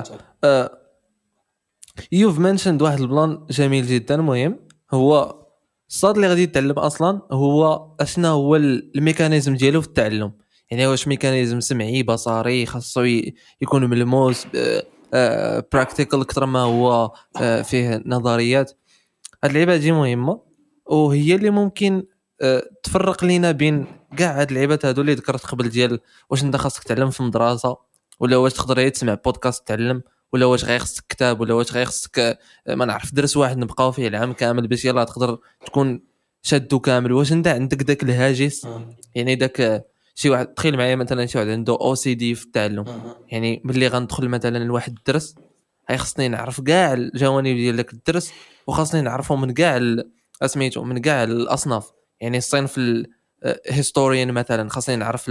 يوف منشند واحد البلان جميل جدا مهم. هو الصاد اللي غادي يتعلم اصلا هو اشنا هو الميكانيزم ديالو في التعلم. يعني واش ميكانيزم سمعي بصري خاصو يكون ملموس براكتيكال اكثر ما هو فيه نظريات. هاد اللعبه دي مهمه، وهي اللي ممكن تفرق لينا بين كاع هاد اللعبات هادو اللي ذكرت قبل، ديال واش انت خاصك تعلم في مدرسه، ولا واش تقدر تسمع بودكاست تعلم، ولا واش غير خصك كتاب، ولا واش غير خصك ما نعرف درس واحد نبقاو فيه العام كامل باش يلا تقدر تكون شادو كامل. واش انت عندك داك الهاجس، يعني داك شي واحد تخيل معايا مثلا شي واحد عنده او سي دي في التعلم، يعني ملي غندخل مثلا لواحد الدرس هاي خصني نعرف كاع الجوانب ديال داك الدرس، وخاصني نعرفهم من كاع اسميتو من كاع الاصناف. يعني الصنف الهيستوريان مثلا خاصني نعرف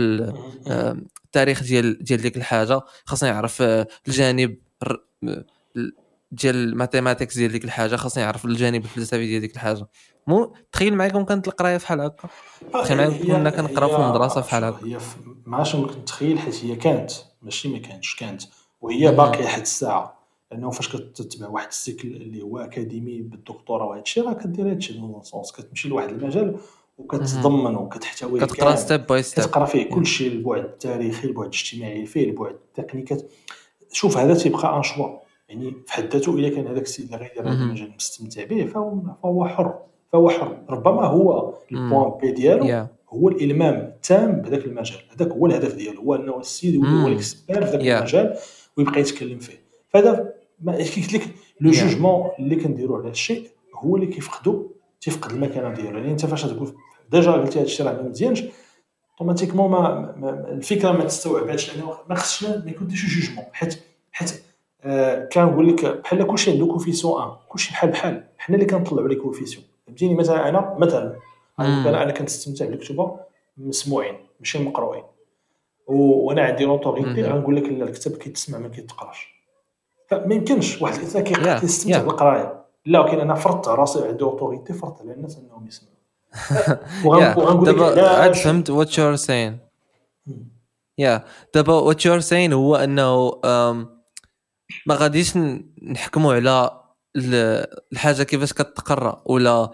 التاريخ ديال ديك الحاجه، خاصني نعرف الجانب ديال الماتيماتيكس ديال ديك الحاجه، خاصني نعرف الجانب الفلسفي ديال ديك الحاجه. مو تخيل معاكم كانت القرايه فحال هكا، تخيل معاكم كنا كنقراو في المدرسه فحال هكا. هي ما عرفتش ممكن نتخيل، حيت هي كانت ماشي ما كانتش، كانت وهي باقيه لحد الساعه. لانه فاش كتتبع واحد السيكل اللي هو اكاديمي بالدكتوراه وهذا الشيء، راه كدير هادشي دون سونس، كتمشي لواحد المجال وكتضمن وكتحتويه كتقرا ستيب باي ستيب، كتقرا فيه كل شيء، البعد التاريخي، البعد الاجتماعي، فيه البعد التقني. شوف هذا تيبقى ان شوا، يعني في حد ذاته الا كان هذاك السيد اللي غيدير هذا المجال مستمتع به فهو حر. ربما هو البوان بي ديالو هو الالمام التام بهذاك المجال، هذاك هو الهدف ديالو، هو انه السيد يولي هو الاكسبير في ذاك المجال ويبقى يتكلم فيه. فهذا ما قلت لك لو جوجمون اللي كنديروا على الشيء هو اللي تيفقد المكانه ديالو. يعني انت فاش تقول ديجا قلتي هذا الشيء راه ما مزيانش، اوتوماتيكمون الفكره ما تستوعباتش، لانه ما خصش ما يكونش جوجمون. حيت كنقول لك بحال كلشي عنده كوفيسيون 1، كلشي بحال حنا اللي كنطلعوا لي كوفيسيون، فهمتيني. مثلا انا كنستمتع بالكتبه مسموعين ماشي مقروئين، وانا عندي لوطوريتي غنقول لك لا، الكتاب كيتسمع ما كيتقراش. فما يمكنش واحد الانسان كيستمتع بالقرايه، لا ولكن انا فرضت على راسي عندي اوتوريتي، فرضت على الناس انهم يسمعوا. وغنقول لك عاد فهمت وات يو ار سين. دابا وات يو ار سين هو انه ما غاديش نحكموا على الحاجه كيفاش كتقرا ولا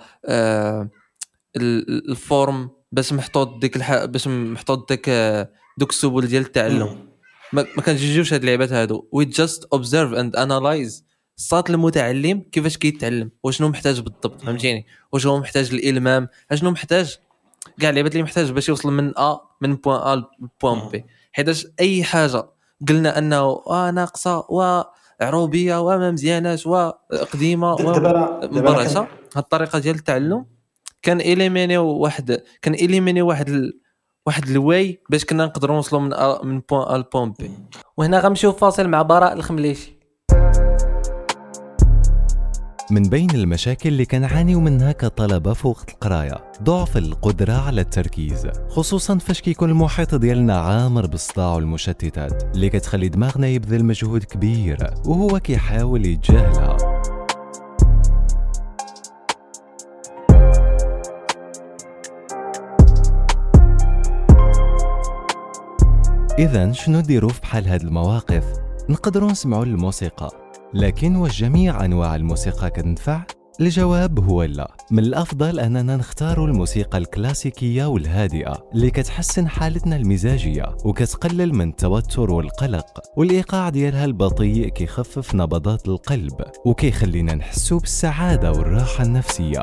الفورم باش محطوط ديك باش محطوط دوك السبل ديال التعلم. ما كنجيوش هاد اللعبات هادو. وي جاست اوبزيرف اند انالايز الصوت المتعلم كيفاش كيتعلم، وشنو محتاج بالضبط، فهمتيني؟ واش هو محتاج الالمام، اشنو محتاج كاع اللعبات اللي محتاج باش يوصل من من بوين ا لبوين بي. حيتاش اي حاجه قلنا انه ناقصه وعروبيه وما مزياناش وقديمه ومبرشه، هاد الطريقه ديال التعلم كان إليميني واحد الواي باش كنا نقدروا نوصلوا من بوين ا لبوين بي. وهنا غنمشيو فاصل مع براء الخمليشي. من بين المشاكل اللي كنعانيو منها كطلبة في وقت القراية ضعف القدرة على التركيز، خصوصا فاش كيكون المحيط ديالنا عامر بالصداع والمشتتات اللي كتخلي دماغنا يبذل مجهود كبير وهو كيحاول يتجاهلها. إذن شنو نديرو في بحال هاد المواقف؟ نقدروا نسمعوا الموسيقى، لكن واش جميع أنواع الموسيقى كتنفع؟ الجواب هو لا. من الأفضل أننا نختاروا الموسيقى الكلاسيكية والهادئة اللي كتحسن حالتنا المزاجية وكتقلل من التوتر والقلق، والإيقاع ديالها البطيء كيخفف نبضات القلب وكيخلينا نحسوا بالسعادة والراحة النفسية.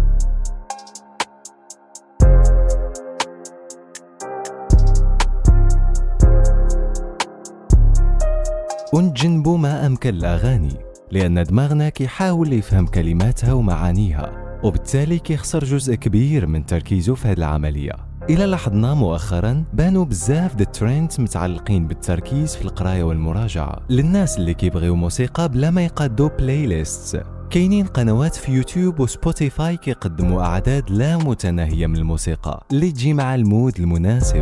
ونتجنبوا ما أمكن الأغاني، لأن دماغنا كيحاول يفهم كلماتها ومعانيها، وبالتالي كيخسر جزء كبير من تركيزه في هذه العملية. إلى لاحظنا مؤخرا بانوا بزاف د التريندز متعلقين بالتركيز في القراية والمراجعة للناس اللي كيبغيو موسيقى بلا ما يقادوا بلاي ليست. كاينين قنوات في يوتيوب وسبوتيفاي كيقدموا أعداد لا متناهية من الموسيقى اللي تجي مع المود المناسب.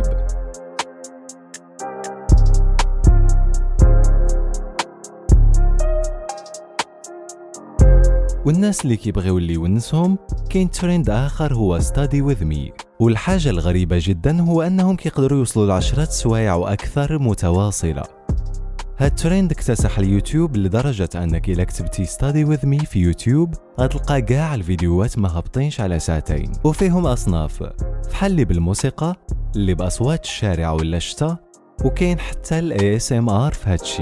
والناس اللي كيبغيو اللي يونسهم كاين ترند آخر هو study with me. والحاجة الغريبة جدا هو أنهم كيقدروا يوصلوا ل10 سوايع وأكثر متواصلة. هاد الترند اكتسح اليوتيوب لدرجة أنك إلا كتبتي study with me في يوتيوب غتلقى كاع الفيديوهات ما هابطينش على ساعتين، وفيهم أصناف بحال اللي بالموسيقى، اللي بأصوات الشارع ولا الشتا، وكاين حتى ال ASMR في هادشي.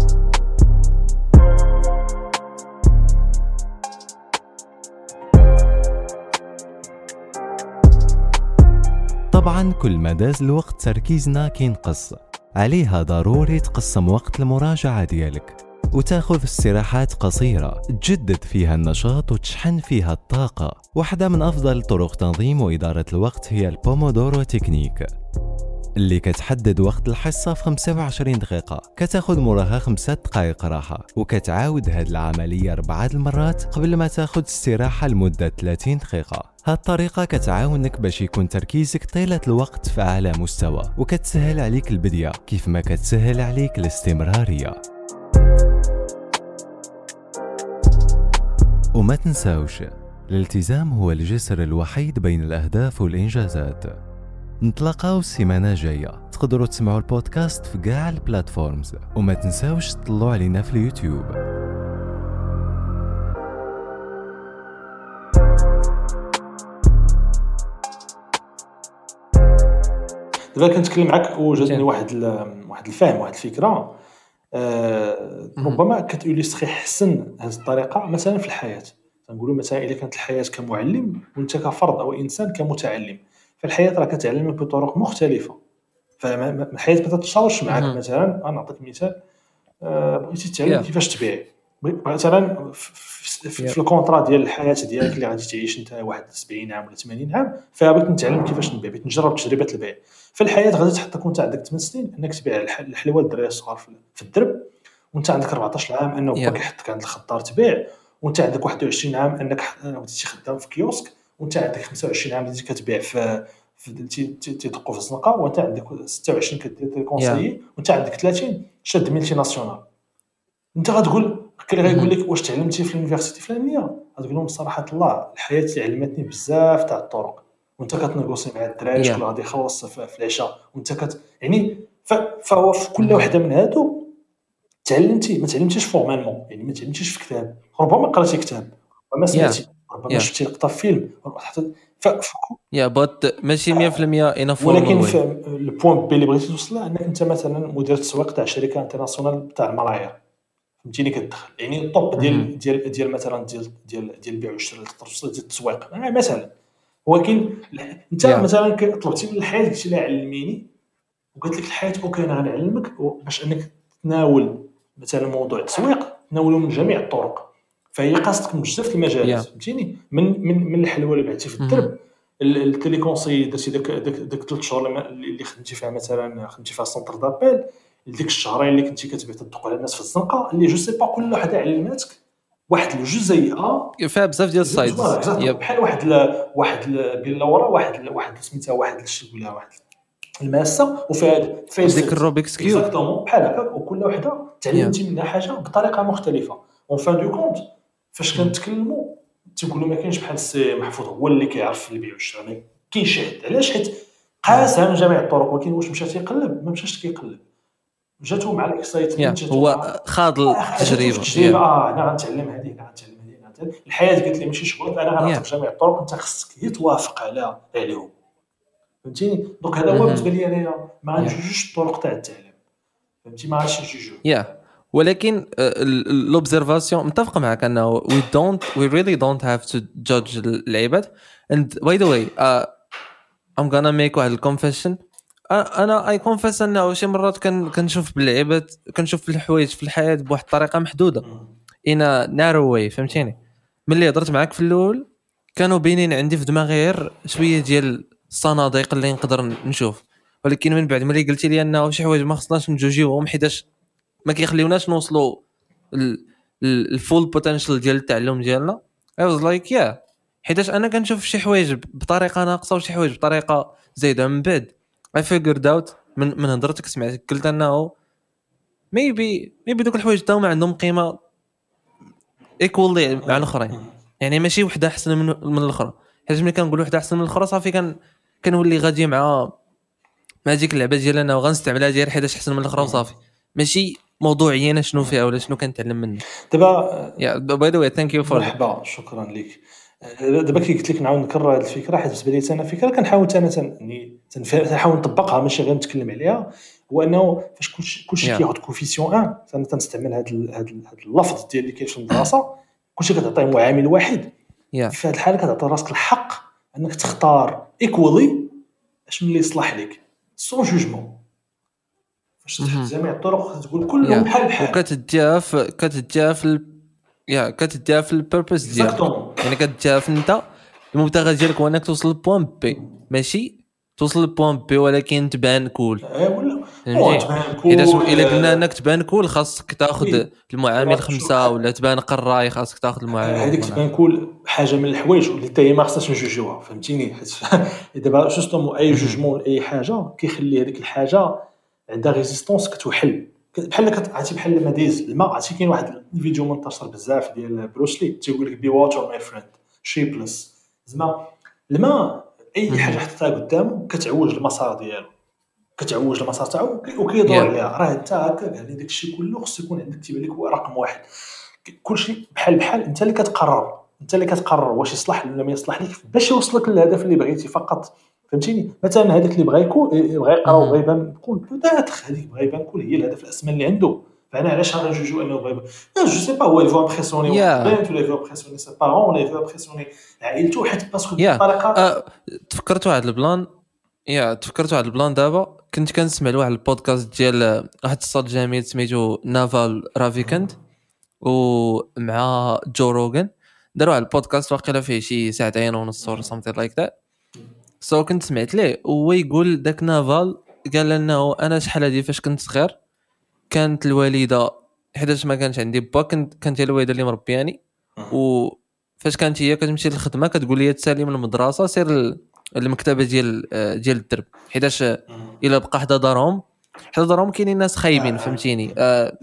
طبعا كل ما داز الوقت تركيزنا كينقص، عليها ضروري تقسم وقت المراجعة ديالك وتاخذ استراحات قصيرة تجدد فيها النشاط وتشحن فيها الطاقة. واحدة من أفضل طرق تنظيم وإدارة الوقت هي البومودورو تكنيك، اللي كتحدد وقت الحصة في 25 دقيقة، كتاخذ موراها 5 دقائق راحة، وكتعاود هاد العملية 4 المرات قبل ما تاخذ استراحة لمدة 30 دقيقة. هاد الطريقة كتعاونك باش يكون تركيزك طيلة الوقت في أعلى مستوى، وكتسهل عليك البداية كيف ما كتسهل عليك الاستمرارية. وما تنساوش الالتزام هو الجسر الوحيد بين الأهداف والإنجازات. نتلاقاو السيمانة جاية. تقدروا تسمعوا البودكاست في كاع البلاتفورمز، وما تنساوش تطلعوا علينا في اليوتيوب. دابا كنتكلم معك وجاتني واحد الفهم، واحد الفكره ربما كتوليستري حسن هذه الطريقه مثلا في الحياه. تنقولوا مثلا اذا كانت الحياه كمعلم وانت كفرد او انسان كمتعلم، فالحياه راه كتعلمك بطرق مختلفه. فالحياه ما تتشاورش معك. مثلا انا نعطيك مثال، بغيتي تعلم كيفاش تبيع مثلا في الكونطرا ديال الحياه ديالك اللي غادي تعيش انت واحد 70 عام ولا 80 عام، فبغيت نتعلم كيفاش نبيع، بغيت نجرب تجربه البيع. في الحياه غادي تحطك وانت عندك 8 سنين انك تبيع الحلوى للدراري الصغار في الدرب، وانت عندك 14 عام انه باك يحطك عند الخضار تبيع، وانت عندك 21 عام انك بديتي خدام في كيوسك، وانت عندك 25 عام بديتي كتبيع في تيدقوا في الزنقه، وانت عندك 26 كدير تيكونسايي، وانت عندك 30 شاد ملتي ناسيونال. انت غتقول اللي غيقول لك واش تعلمتي في اليونيفرسيتي الفلانيه، غتقول لهم بصراحه الله الحياه اللي علمتني بزاف تاع الطرق، وانت كتنيغوسي مع الدراري شكون غادي يخلص في العشاء، وانت يعني فهو في كل وحده من هادو تعلمتي. ما تعلمتيش فورمالمون، يعني ما تعلمتيش في كتاب، ربما قراتي كتاب، ربما سمعتي، ربما شفتي لقطه في فيلم، ماشي 100% انا ولكن في البوين بي اللي بغيتي توصل له انك انت مثلا مدير تسويق تاع شركه انترناسيونال تاع الملايير، فهمتيني، كتدخل يعني الطوب ديال مثلا ديال البيع والشراء ديال التسويق مثلا. ولكن انت مثلا طلبتي من الحياه قلتي لها علميني، وقالت لك الحياه اوكي انا غنعلمك باش انك تناول مثلا موضوع التسويق تناولوا من جميع الطرق، فهي قاصدك من بزاف المجالات، فهمتيني، من الحلوى اللي بعتي في الدرب، التليكونسي درتي داك 3 شهور اللي خدمتي فيها، مثلا خدمتي فيها سونتر دابيل، ديك الشهرين اللي كنتي كتبيع تدق على الناس في الزنقه، اللي جو سي با كل وحده علماتك واحد الجزئيه فيها بزاف ديال السايدز، بحال واحد باللورا واحد سميتها واحد الشيء واحد الماسه، وفيها ديك الروبيكس كيوب اكزاكتومون بحال هكا، وكل وحده تعلمتي منها حاجه بطريقه مختلفه. اون فان دو كونت فاش كنتكلموا تيقولوا ما كاينش بحال السي محفوظ هو اللي كيعرف البيع والشراء، ما كاينش حد. علاش؟ حيت قاسها من جميع الطرق، ولكن واش مشى تيقلب؟ ما مشاش كيقلب، جاتو مع الاكسايتمنت، هو خاض التجربه. انا غنتعلم هذه، الحياه قالت لي ماشي شغل، انا غنعطيك جميع الطرق، انت خصك هي توافق عليهم، فهمتيني. دونك هذا هو بالنسبه لي انايا ما غنجوجوش الطرق تاع التعلم، فهمتي، ما غاديش نجوجو. ولكن لوبزرفاسيون متفق معك انه we really don't have to judge العباد. and by the way I'm gonna make واحد الكونفيشن. انا I confess انه شي مرات كنشوف بالعباد، كنشوف الحوايج في الحياه بواحد الطريقه محدوده in a narrow way، فهمتيني. ملي هضرت معك في الاول كانوا بينين عندي في دماغي غير شويه ديال الصناديق اللي نقدر نشوف، ولكن من بعد ملي قلتي لي انه شي حوايج ما خصناش نجوجيوهم حيتاش ما كيخليوناش نوصلوا الفول بوتنشال ديال التعلم ديالنا، I was like حيتاش انا كنشوف شي حوايج بطريقه ناقصه وشي حوايج بطريقه زايده. من بعد I figured out من هضرتك سمعت قلت انه maybe دوك الحوايج تاهما عندهم قيمه equally مع الاخرين، يعني ماشي وحده احسن من الاخرى. حيت ملي كنقول وحده احسن من الاخرى صافي كنولي غادي مع ديك اللعبه ديالنا وغنستعملها غير حيتاش احسن من الاخرى وصافي، ماشي موضوعيا شنو فيها ولا شنو كنتعلم منه. دابا باي ذا واي ثانك يو فور مرحبا، شكرا لك. دابا كي قلت لك نعاود نكرر هذه الفكره، حيت بالنسبه لي انا فكره كنحاول يعني نحاول نطبقها ماشي غير نتكلم عليها، هو انه فاش كلشي كياخذ كوفيسيون 1 انا تنستعمل هذا اللفظ ديال اللي كاين في المدرسه، كلشي كتعطيه معامل واحد. في هذه الحاله كتعطي راسك الحق انك تختار ايكوالي اش اللي يصلح لك سون جوجمون. فاش تحط جميع الطرق تقول كلهم بحال وكتديها في البيربز ديالك، يعني كتديها في انت المبتغى ديالك هو انك توصل للبوين بي، ماشي توصل للبوين بي ولكن تبان كول. ولا تبان كول الا قلنا انك تبان كول خاصك تاخذ المعامل 5 ولا تبان قراي خاصك تاخذ المعامل هذيك تبان كول حاجه من الحوايج اللي حتى هي ما خصهاش نجوجوها، فهمتيني. حيت دابا جوستومون اي جوجمون اي حاجه كيخلي هذيك الحاجه عندها ريزيستونس كتوحل، عرفتي بحال مديز الماء. عرفتي كاين واحد الفيديو منتشر بزاف ديال بروسلي تيقول لك بي واتر ماي فريند شيبلس. زعما الماء اي حاجه حطيتها قدامه كتعوج المسار ديالو، كتعوج المسار تاعو وكيدور عليها. راه انت هكا يعني داك الشيء كله خص يكون عندك تيبان لك هو رقم واحد. كلشي بحال انت اللي كتقرر، انت اللي كتقرر واش يصلح ولا ما يصلح لك باش يوصلك للهدف اللي بغيتي فقط. فهمتيني؟ مثلا هذاك اللي بغى يقرا وبغى يبان كون بوتاتر هذيك بغى يبان كون هي الهدف الاسمى اللي عنده. فانا علاش غنجوجو انه بغى جو سي با هو يفو امبرسيوني بنت ولا يفو امبرسيوني سي بارون ولا يفو امبرسيوني عائلته، حيت باسكو بطريقه تفكرت واحد البلان. تفكرت واحد البلان دابا كنت كنسمع لواحد البودكاست ديال واحد الصاد جميل سميتو نافال رافيكاند ومع جو روغان. داروا على البودكاست واقيلا فيه شي ساعتين ونص or something like that. سو كنت سمعت ليه وهو يقول داك نافال قال لنا انا شحال هادي فاش كنت صغير كانت الوالده حيتاش ما كانش عندي با كانت هي الوالده اللي مربياني، وفاش كانت هي كتمشي للخدمه كتقول لي تسالي من المدرسه سير المكتبه ديال الدرب حيتاش الا بقى حدا دارهم كاينين ناس خايبين فهمتيني.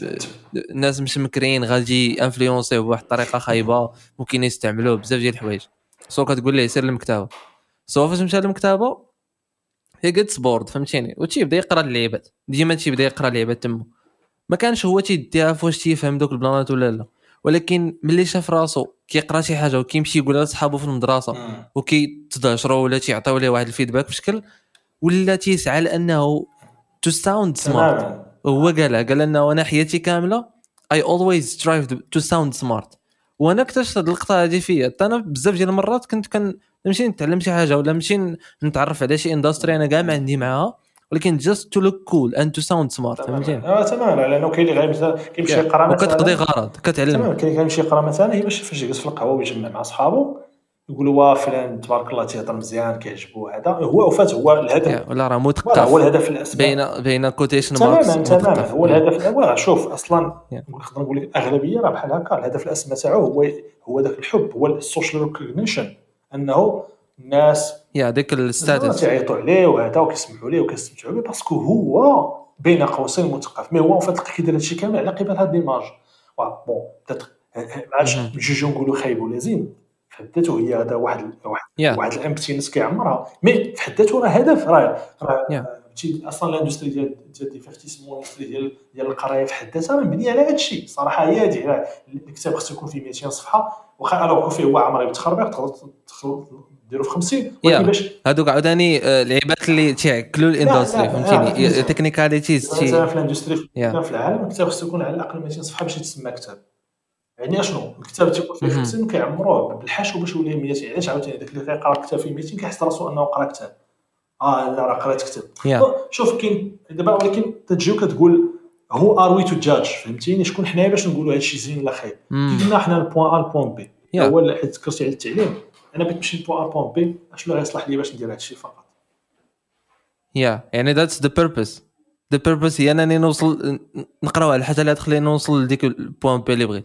الناس مش مكرين غادي انفلونسيو بواحد الطريقه خايبه ممكن يستعملوه بزاف ديال الحوايج. سو كتقول ليه سير المكتبه. سو فاش مشى للمكتبه هي جيتس بورد فهمتيني وتيبدا يقرا اللعيبات ديما تيبدا يقرا اللعيبات تما. ما كانش هو تيديها فواش تيفهم دوك البلانات ولا لا، ولكن ملي شاف راسو كيقرا شي حاجه وكيمشي يقولها لصحابو في المدرسه وكيتضاشروا ولا تيعطيو ليه واحد الفيدباك بشكل ولا تيسعى لانه to sound smart. هو قال لنا انا حياتي كامله I always strive to sound smart. وانا اكتشفت هاد اللقطه هذه فيا. انا بزاف ديال المرات كنت نمشي نتعلم شي حاجه ولا نمشي نتعرف على شي اندستري انا كاع ما عندي معاها، ولكن just to look cool and to sound smart. فهمتيني؟ تماما. لانه كاين اللي غير كيمشي يقرا مثلا وكتقضي غرض كتعلم. تماما. كاين اللي كيمشي يقرا مثلا هي باش فاش يجلس في القهوه ويجمع مع صحابو يقولوا وا فلان تبارك الله تيهضر مزيان كيعجبو هذا هو وفات هو الهدف ولا راه مثقف. هو الهدف الاساسي بين كوتيشن ماركس. تماما هو الهدف الاول. شوف اصلا نقدر نقول لك الاغلبيه راه بحال هكا. الهدف الاساسي تاعو هو داك الحب، هو السوشيال ريكوغنيشن، انه الناس ديك الستاتس تيعيطوا عليه وهذا وكيسمعوا ليه وكيستمتعوا به باسكو هو بين قوسين مثقف. مي هو فات كيدير هادشي كامل على قبل هاد ليماج. بون عادش نجيو نقولوا خايب ولا زين في حدته هي هذا واحد الامبتينس كيعمرها. مي في حدته راه هدف. راه اصلا الاندستري ديال الديفيرتيسمون الاندستري ديال القرايه في حد ذاتها مبنيه على هذا الشيء صراحه. هي هذه الكتاب خصو يكون فيه 200 صفحه واخا الوغ فيه هو عمري بتخربيق تقدر ديرو في 50. ولكن باش هادوك عاوداني لعيبات اللي تيعكلوا الاندستري فهمتيني تكنيكاليتيز مثلا في الاندستري في العالم الكتاب خصو يكون على الاقل 200 صفحه باش يتسمى كتاب. يعني اشنو الكتاب تيكون فيه 50 كيعمروه بالحشو باش يولي 200. علاش عاوتاني داك اللي كيقرا كتاب فيه 200 كيحس راسو انه قرا كتاب لا راه قرات كتاب. شوف كاين دابا ولكن تجيو كتقول هو ار وي تو جادج فهمتيني شكون حنايا باش نقولوا هادشي زين ولا خايب. قلنا حنا البوين ا البوين بي هو حيت ذكرتي على التعليم. انا بغيت نمشي للبوين ا البوين بي اشنو غيصلح لي باش ندير هادشي فقط. يعني that's the purpose هي انني نوصل نقراو على الحاجه اللي تخليني نوصل لديك البوين بي اللي بغيت.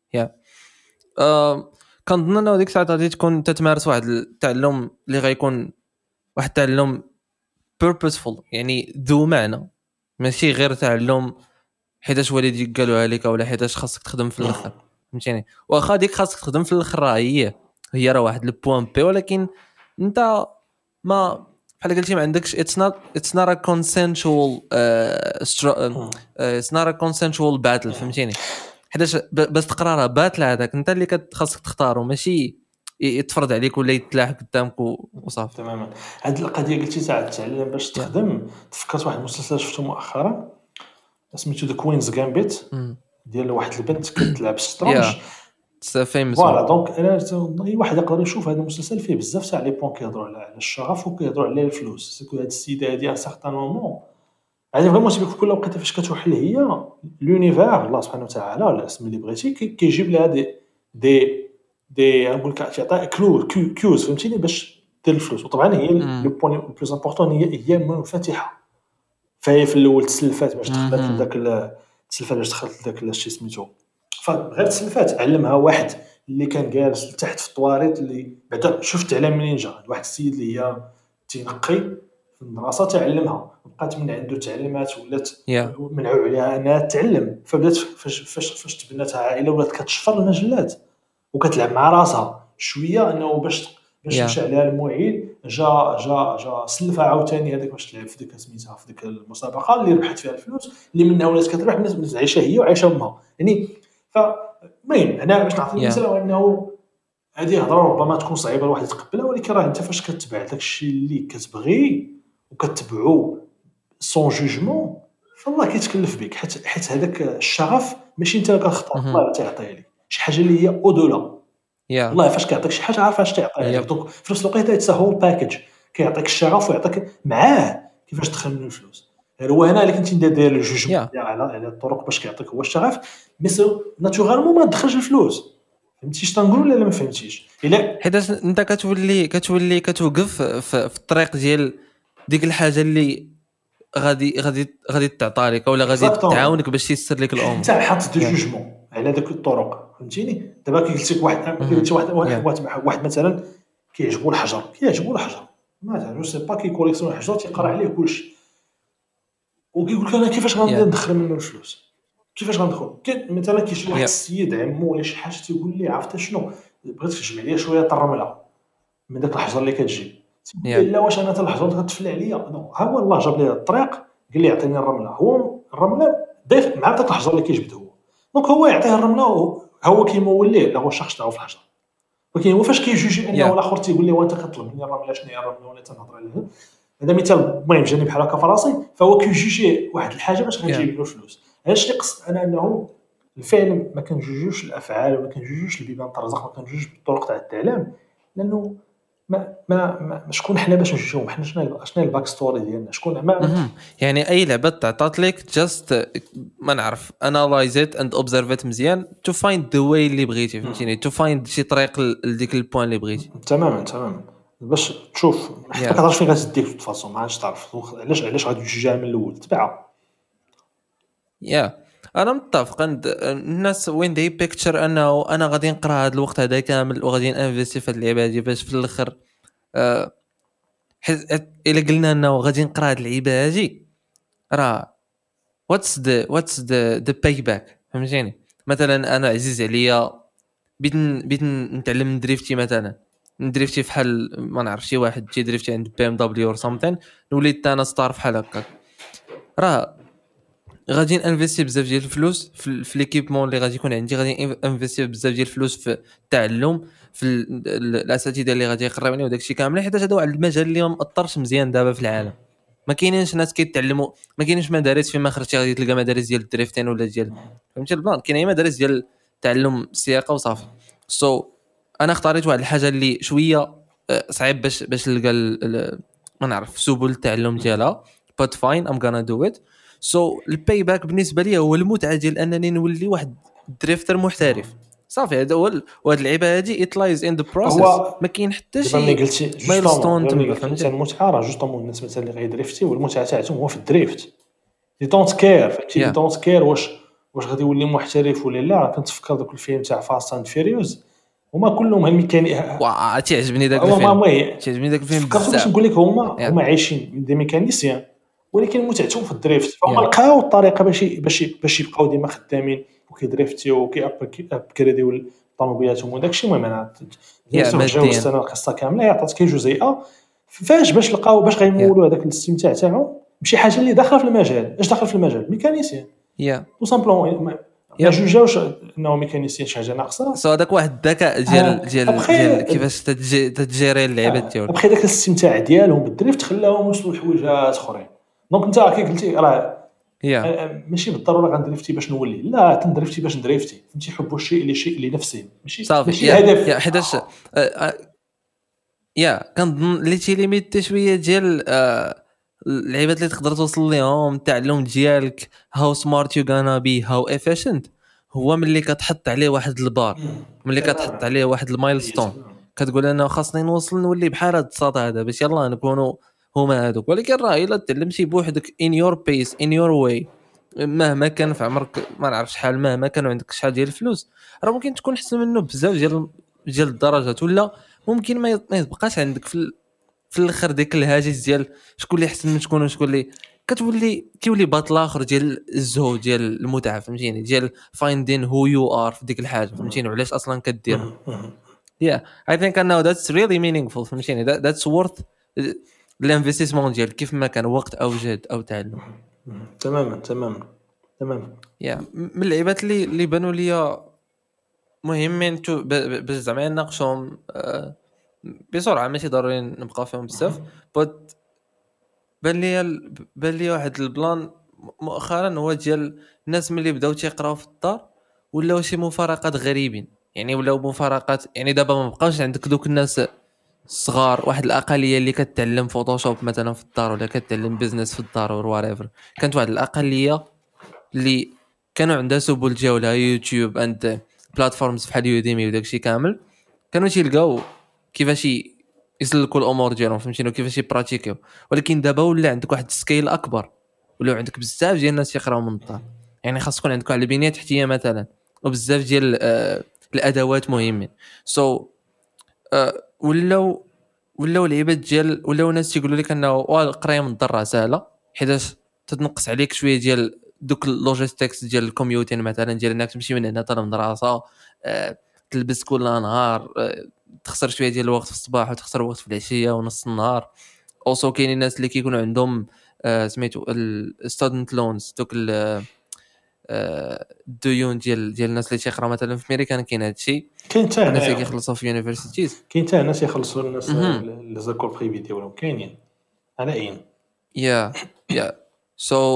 كنظن انه ديك الساعه غادي تكون تتمارس واحد التعلم اللي غيكون واحد التعلم purposeful يعني ذو معنى، ماشي غير تعلم حيتاش والديك قالوها لك ولا حيتاش خاصك تخدم في الاخر فهمتيني. واخا ديك خاصك تخدم في الاخر هي راه واحد البوين بي، ولكن انت ما بحال قلتي ما عندكش it's not a consensual battle فهمتيني. حيتاش باش تقرا راه باتل هذاك انت اللي خاصك تختارو ماشي يتفرض عليك ولا يتلاح قدامك وصافي. تماما. هاد القضيه قلتي تاع التعلم باش تخدم تفكرت واحد المسلسل شفته مؤخرا سميتو ذا كوينز جامبيت ديال واحد البنت كتلعب الشطرنج فوالا. دونك انا اي واحد يقدر يشوف هذا المسلسل فيه بزاف تاع لي بوين كيهضروا على الشغف وكيهضروا على الفلوس. سيكو هاد السيده هادي ان سارتان مومون يعني فريمون تيبك في كل وقيته فاش كتوحل هي لونيفير الله سبحانه وتعالى ولا اسم اللي بغيتي كيجيب لها دي نقول لك تعطي كيوز فهمتيني باش دير الفلوس. وطبعا هي لو بوين لو بلوز امبورطون هي منفتحه. فهي في الاول تسلفات باش دخلت لذاك تسلفات باش دخلت لذاك الشيء سميتو فغير تسلفات علمها واحد اللي كان جالس تحت في الطواريت اللي بعدا شفت على منين جا واحد السيد اللي هي تينقي المدرسه تعلمها، بقات من عنده تعلمات ولات Yeah. منعوا عليها انها تعلم. فبدات فاش تبناتها عائله ولات كتشفر المجلات وكتلعب مع راسها شويه، انه باش Yeah. مشى عليها المعيد جا سلفها عاوتاني هذاك باش تلعب في ديك سميتها في ديك المسابقه اللي ربحت فيها الفلوس، اللي منها ولات كتربح الناس عايشه هي وعايشه امها يعني. فالمهم هنا باش نعطي مثال هو انه هذه هضره ربما تكون صعيبه الواحد يتقبلها، ولكن راه انت فاش كتبع داك الشيء اللي كتبغي وكتبعو سون جوجمون فالله كيتكلف بك، حيت هذاك الشغف ماشي انت اللي كتختار، الله اللي تيعطيه لك شي حاجه اللي هي اودولا. Yeah. والله فاش كيعطيك شي حاجه عارف اش تعطيها لك. دونك في نفس الوقت هذا هو الباكج، كيعطيك الشغف ويعطيك معاه كيفاش تدخل منه الفلوس. هو هنا اللي كنتي داير الجوجمون Yeah. على الطرق باش كيعطيك هو الشغف، مي ناتورالمون ما تدخلش الفلوس. فهمتي اش تنقول ولا ما فهمتيش؟ الا حيت انت كتولي كتوقف في الطريق ديال ديك الحاجه اللي غادي تعطى لك ولا غادي Exactement. تعاونك باش تيسر لك الامور. انت حاط دو جوجمون على داك الطرق، فهمتيني؟ دابا كي قلت لك واحد مثلا كيعجبو الحجر مثلا جو سي با كيكوليكسيون الحجر تيقرا عليه كلشي وكيقول لك انا كيفاش غندير ندخل منه الفلوس، كيفاش غندخل. مثلا كاين شي واحد السيد عمو ولا شي حاجه تيقول لي عرفت شنو بغيت تجمع لي شويه الرمله من داك الحجر اللي كتجي، لا واش انا حتى الحجر كتفلع عليا، ها هو الله جاب لي الطريق قال لي عطيني الرمله، هو الرمله ضيف مع داك الحجر اللي كيجبد هو، دونك هو يعطيه الرمله هو كيمول ليه لا هو الشخص تاعو في الحجر. ولكن هو فاش كيجوجي انه الاخر تيقول لي وانت كطلب مني الرمله شنو هي الرمله ولا تنهضر عليها، هذا مثال المهم جاني بحال هكا في راسي. فهو كيجوجي واحد الحاجه باش غنجيب له الفلوس. هادشي اللي قصد انا انه الفعل ما كنجوجوش الافعال ولا كنجوجوش البيبان الرزق، ما كنجوجوش بالطرق تاع التعلم، لانه ما شكون حنا باش نجوجو حنا شنو الباك ستوري ديالنا شكون ما يعني اي لعبه تعطات لك جاست ما نعرف انالايز ات اند اوبزرف ات مزيان تو فايند ذا واي اللي بغيتي، فهمتيني؟ تو فايند شي طريق لديك البوين اللي بغيتي. تماما باش تشوف حتى ما كتعرفش فين غتديك في الفاصون، ما عادش تعرف علاش غادي تجوجها من الاول تبعها. انا متفق عند الناس وين دي بيكتشر انه انا غادي نقرا هذا الوقت هذا كامل وغادي انفيستي في هذه اللعبه هذه باش في الاخر الا قلنا انه غادي نقرا هذه اللعبه هذه راه واتس ذا باي باك، فهمتيني؟ مثلا انا عزيز عليا بيت نتعلم ندريفتي، مثلا ندريفتي في حال ما نعرف شي واحد تيدريفتي عند بي ام دبليو اور سامثين، نولي انا ستار في حال هكا، راه غادي انفيستي بزاف ديال الفلوس في ليكيبمون اللي غادي يكون عندي، غادي انفيستي بزاف ديال الفلوس في التعلم في الاساتذه اللي غادي يقراوني وداكشي كامل، حيت هذا واحد المجال اللي ما مأطرش مزيان دابا في العالم. ما كاينينش ناس كيتعلموا، ما كاينينش مدارس فيما خرجتي غادي تلقى مدارس ديال الدريفتين ولا ديال فهمتي البلان، كاين مدارس ديال تعلم السياقه وصافي. انا اختاريت واحد الحاجه اللي شويه صعيب باش نلقى ما نعرف سبل التعلم ديالها، but fine I'm gonna do it. الباي باك بالنسبه لي هو المتعه ديال انني نولي واحد دريفتر محترف صافي. هذا هو وهاد اللعيبه هذه it lies in the process، ما كاين حتى شي مايلستون تما، فهمتي؟ المتعه راه جوستومون الناس مثلا اللي غيدريفتي والمتعه تاعهم هو في الدريفت، دي دونت كير، فهمتي؟ دي دونت كير واش غادي يولي محترف ولا لا. كنتفكر داك الفيلم تاع فاست اند فيريوس هما كلهم هالميكانيك، تعجبني داك الفيلم، تعجبني داك الفيلم بزاف. باش نقول لك هما عايشين دي ميكانيسيان ولكن متعتهم في الدريفت، فهم لقاو الطريقه باش يبقاو ديما خدامين وكيدريفتيو وكيابكريديو الطوموبيلاتهم وداكشي. المهم انا تجاوزت انا القصه كامله، عطاتك جزئيه فاش باش لقاو باش غيمولوا هذاك الاستمتاع تاعهم بشي حاجه اللي داخله في المجال. اش داخل في المجال؟ ميكانيسيان تو سامبلون، ما جوجاوش انه ميكانيسيان شي حاجه ناقصه. هذاك واحد الذكاء ديال كيفاش تجيري اللعيبات ديالك، بخي داك الاستمتاع ديالهم بالدريفت خلاهم يوصلوا لحوايجات اخرين. دونك انت كي قلتي راه ماشي بالضروره غندريفتي باش نولي، لا تندريفتي باش ندريفتي، فهمتي؟ حبوا الشيء اللي شيء لنفسه ماشي هدف. حيتاش كنظن اللي تيليميت شويه ديال اللعيبات اللي تقدر توصل لهم التعلم ديالك هاو سمارت يو غانا بي هاو افيشنت، هو ملي كتحط عليه واحد البار، ملي كتحط عليه واحد المايلستون، كتقول انا خاصني نوصل نولي بحال هذا الصاد هذا باش يلاه نكونوا هما هذوك. ولكن راه الا تعلمتي بوحدك in your pace in your way مهما كان في عمرك ما نعرف شحال، مهما كانوا عندك شحال ديال الفلوس، راه ممكن تكون احسن منه بزاف ديال الدرجات، ولا ممكن ما يبقاش عندك في في الاخر ديك الهاجس ديال شكون اللي احسن من شكون وشكون اللي كيولي باطل اخر ديال الزهو ديال المتعه فهمتيني ديال فايندين هو يو ار في ديك الحاجه فهمتيني وعلاش اصلا كديرها I think I know that's really meaningful فهمتيني that's worth الانفستيسمون ديال كيف ما كان وقت او جهد او تعلم. تماما من اللعيبات اللي بانوا ليا مهمين باش زعما نناقشهم بسرعه ماشي ضروري نبقى فيهم بزاف بس بان لي واحد البلان مؤخرا هو ديال الناس ملي بداو تيقراو في الدار ولاو شي مفارقات غريبين يعني ولاو مفارقات يعني دابا ما بقاوش عندك دوك الناس الصغار واحد الاقليه اللي كتعلم فوتوشوب مثلا في الدار ولا كتعلم بيزنس في الدار اور واتيفر كانت واحد الاقليه اللي كانوا عندها سبل جوله يوتيوب اند بلاتفورمز بحال يوديمي وداكشي كامل كانوا تيلقاو كيفاش يسلكوا الامور ديالهم فهمتيني كيفاش يبراتيكيو ولكن دابا ولا عندك واحد السكيل اكبر ولا عندك بزاف ديال الناس يقراو من الدار يعني خاص يكون عندك على البنيه التحتيه مثلا وبزاف ديال الادوات مهمين ولاو العباد ديال ولاو الناس تيقولوا لك انه القرايه من الدار سهله حيتاش تتنقص عليك شويه ديال دوك اللوجيستكس ديال الكوميوتين مثلا ديال انك تمشي من هنا حتى للمدرسه تلبس كل نهار تخسر شويه ديال الوقت في الصباح وتخسر وقت في العشيه ونص النهار اوسو كاين الناس اللي كيكونوا عندهم سميتو الستودنت لونز دوك الديون ديال الناس اللي تيقراو مثلا في امريكا كاين هادشي كاين حتى الناس اللي هنا كيخلصوا في يونيفرسيتيز كاين حتى ناس يخلصوا الناس لي زاكول بريفي ديالهم كاينين على عين يا سو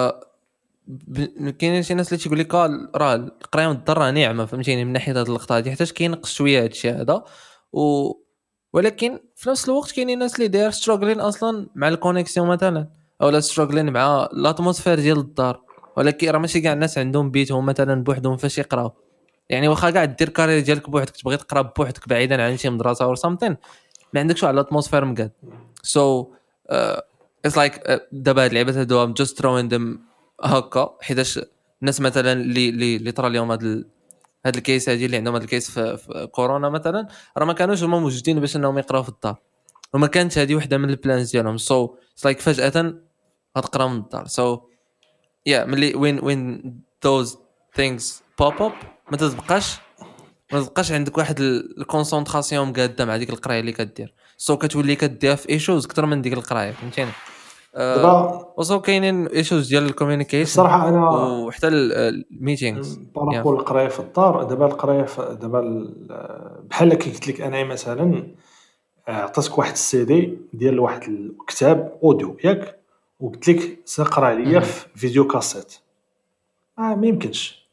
كاين شي ناس اللي تيقول لك راه القرايه من الدار نعمه فهمتيني من ناحيه هذه اللقطه هذه حتى كينقص شويه هذا الشيء هذا ولكن في نفس الوقت كاينين ناس اللي داير ستراغلين اصلا مع الكونيكسيون مثلا او لا ستراغلين مع الاتموسفير ديال الدار ولكن راه ماشي كاع الناس عندهم بيتهم مثلا بوحدهم فاش يقراو يعني واخا كاع دير كارير ديالك بوحدك تبغي تقرا بوحدك بعيدا عن شي مدرسه او سامثين ما عندكش واحد الاتموسفير مقاد سو اتس لايك دابا هاد اللعبات هادو just throwing them هكا حيتاش الناس مثلا اللي طرا لهم هاد الكيس هادي اللي عندهم هاد الكيس في كورونا مثلا راه ما كانوش هما موجودين باش انهم يقراو في الدار وما كانتش هذه وحده من البلانز ديالهم سو اتس لايك فجاه غتقرا من الدار سو ملي when those things pop up ما تبقاش عندك واحد الكونسونطراسيون مقاده مع ديك القرايه اللي كدير سو كتولي كدير في ايشوز اكثر من ديك القرايه فهمتيني وصو كاينين ايشوز ديال الكوميونيكيشن الصراحه انا وحتى الميتينغز بارابول القرايه في الدار دابا القرايه دابا بحال كي قلت لك انا مثلا عطيتك واحد السي دي ديال واحد الكتاب اوديو ياك وقلت لك سقرا ليا في فيديو كاسيت ما يمكنش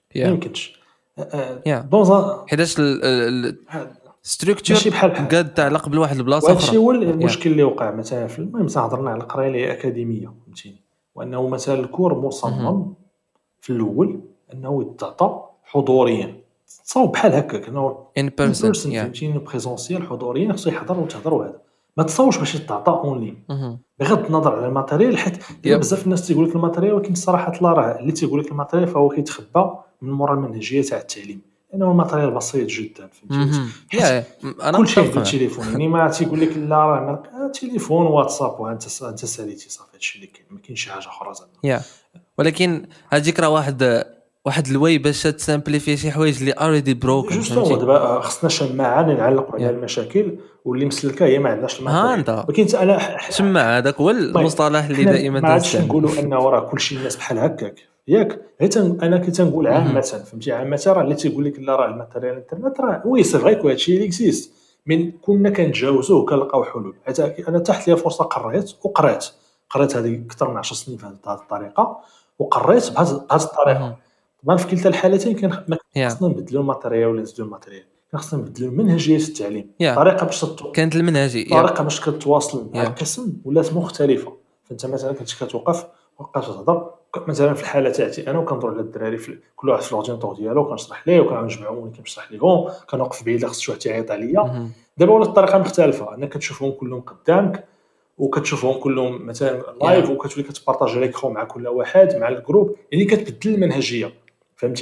دونزا حيتاش ستركتشر ماشي بحال قاد تعلق بواحد البلاصه اخرى هادشي هو المشكل اللي وقع مثلا في المهم هضرنا على القرايه اللي هي اكاديميه فهمتيني وانه مثلا الكور مصمم في الاول انه يتعطى حضوريا تصاوب بحال هكاك انه ان بيرسون فهمتيني بريزونسيال حضوريا خصو يحضر وتهضر وهذا ما تصاوبش باش يتعطى اونلاين بغض النظر على الماتيريال حيت بزاف الناس تيقول لك الماتيريال ولكن الصراحه لا راه اللي تيقول لك الماتيريال فهو كيتخبى من مورا المنهجيه تاع التعليم لانه الماتيريال بسيط جدا فهمتي انا كل شيء بالتليفون يعني ما تيقول لك لا راه تليفون واتساب وانت ساليتي صافي هادشي اللي كاين ما كاينش شي حاجه اخرى زعما ولكن هذيك راه واحد الواي باش تسامبليفي شي حوايج اللي اوريدي بروكن جوستو دابا خصنا شماعه نعلقوا على المشاكل واللي مسلكه هي ما عندناش الماتيريال ولكن انا شماعه هذاك هو المصطلح اللي دائما ما عادش نقولوا انه راه كلشي الناس بحال هكاك ياك حيت انا كنت عامه فهمتي عامه راه اللي تيقول لك لا راه الماتيريال الانترنت راه وي سي فري هادشي اللي اكزيست من كنا كنتجاوزوه كنلقاو حلول حيت انا تحت لي فرصه قريت هذه اكثر من 10 سنين بهذه الطريقه وقريت بهذه الطريقه طبعا في كلتا الحالتين كان خصنا نبدلوا الماتيريال ولا نزيدوا الماتيريال خصنا نبدلوا منهجيه التعليم طريقه باش كانت المنهجيه طريقه باش كتواصل مع القسم ولات مختلفه فانت مثلا كنت كتوقف وبقات تهضر مثلا في الحاله تاعتي انا وكنضر على الدراري كل واحد في الاورديناتور ديالو كنشرح ليه وكنجمعهم ولكن كنشرح ليهم كنوقف بعيد خص شي واحد يعيط عليا دابا ولات الطريقه مختلفه انك كتشوفهم كلهم قدامك وكتشوفهم كلهم مثلا لايف وكتولي كتبارطاجي ليكرو مع كل واحد مع الجروب يعني كتبدل المنهجيه فهمتيني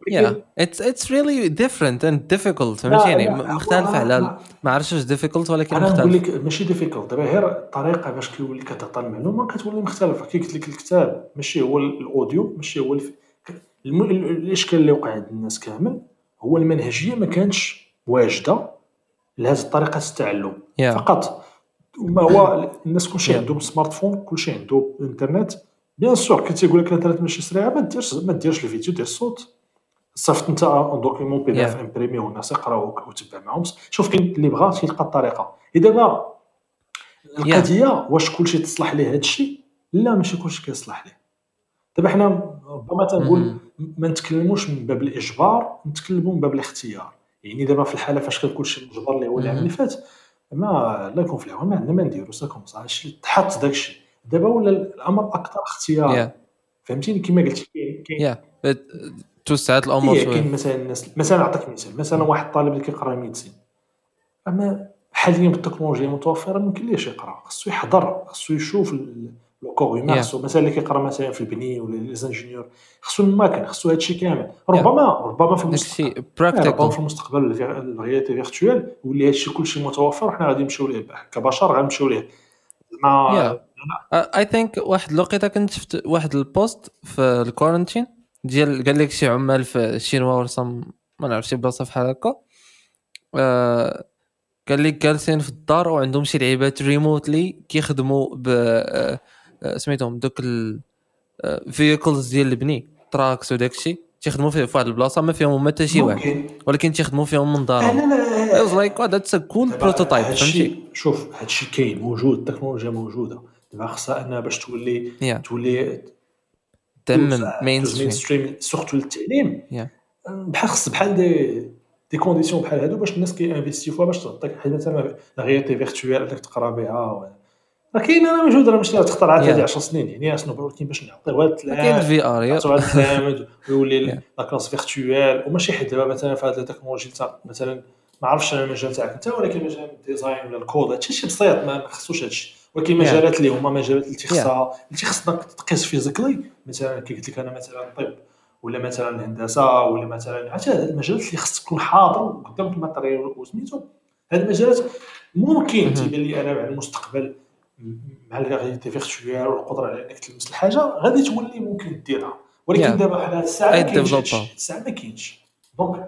it's really different and difficult فهمتيني مختلفه على ما عرفتش واش difficult ولكن انا نقول مختلف لك ماشي ديفيكولت دابا غير الطريقه باش كيولي كتعطى المعلومه كتولي مختلفه. كي قلت لك الكتاب ماشي هو الاوديو ماشي هو الاشكال اللي وقع عند الناس كامل هو المنهجيه ما كانتش واجده لهذه الطريقه التعلم فقط. وما هو الناس كلشي عندهم سمارت فون كلشي عنده انترنت بيان سور كنت يقول لك الانترنت ماشي سريع ما ديرش الفيديو دير الصوت صافط انت ان دوكيومون بي دي اف امبريمي والناس يقراوك وتبع معاهم. شوف كاين اللي بغا تلقى الطريقه. دابا القضيه واش كلشي تصلح ليه هذا الشيء؟ لا ماشي كلشي كيصلح ليه. دابا حنا ربما تنقول ما نتكلموش من باب الاجبار نتكلموا من باب الاختيار. يعني دابا في الحاله فاش كنكون شي مجبر اللي هو العام اللي فات ما لا يكون في العام ما عندنا ما نديرو ساكم صح الشيء تحط داكشي. دابا ولا الامر اكثر اختيار فهمتيني كما قلت كاين توسعت الامور شويه. كاين مثلا الناس مثلا نعطيك مثال مثلا واحد الطالب اللي كيقرا ميديسين اما حاليا بالتكنولوجيا المتوفره ممكن ليش يقرا خصو يحضر خصو يشوف لو كور خصو مثلا اللي كيقرا مثلا في البني ولا لي زانجينيور خصو الماكن خصو هادشي كامل. ربما في المستقبل ربما في المستقبل الرياليتي فيرتوال يولي هادشي كلشي متوفر وحنا غادي نمشيو ليه كبشر غنمشيو ليه ما اي ثينك. واحد الوقيته كنت شفت واحد البوست في الكورنتين ديال قال لك شي عمال في الشينوا ولا ما نعرف شي بلاصه بحال هكا قال لك جالسين في الدار وعندهم شي لعيبات ريموتلي كيخدموا ب سميتهم دوك الفيكلز ديال البني تراكس وداكشي تيخدموا فيه في واحد البلاصه ما فيهم حتى شي واحد ولكن تيخدموا فيهم من دارهم. I was like that's a cool prototype فهمتي. شوف هادشي كاين موجود التكنولوجيا موجوده دابا خصها انها باش تولي تمم مينستريم سورتو للتعليم بحال دي كونديسيون بحال هادو باش الناس كيانفيستيو فيها باش تعطيك حاجه مثلا غيرتي فيرتوال انك تقرا بها راه كاين انا موجود راه ماشي تخترعات هذه 10 سنين يعني شنو كاين باش نعطيو هاد كاين الفي ار ويولي لا كلاس فيرتوال وماشي حيت دابا مثلا في هاد التكنولوجي مثلا ما عرفتش انا المجال تاعك انت ولكن مجال الديزاين ولا الكود هادشي شي بسيط ما خصوش هادشي ولكن مجالات اللي هما مجالات اللي خصك تقيس فيزيكلي مثلا كي قلت لك انا مثلا الطب ولا مثلا الهندسه ولا مثلا حتى المجالات اللي خصك تكون حاضر قدامك الماتريال وسميتو هاد المجالات ممكن تبان لي انا مع المستقبل مع الرياليتي فيرتوال والقدره على انك تلمس الحاجه غادي تولي ممكن ديرها ولكن دابا حنا الساعه ما كاينش دونك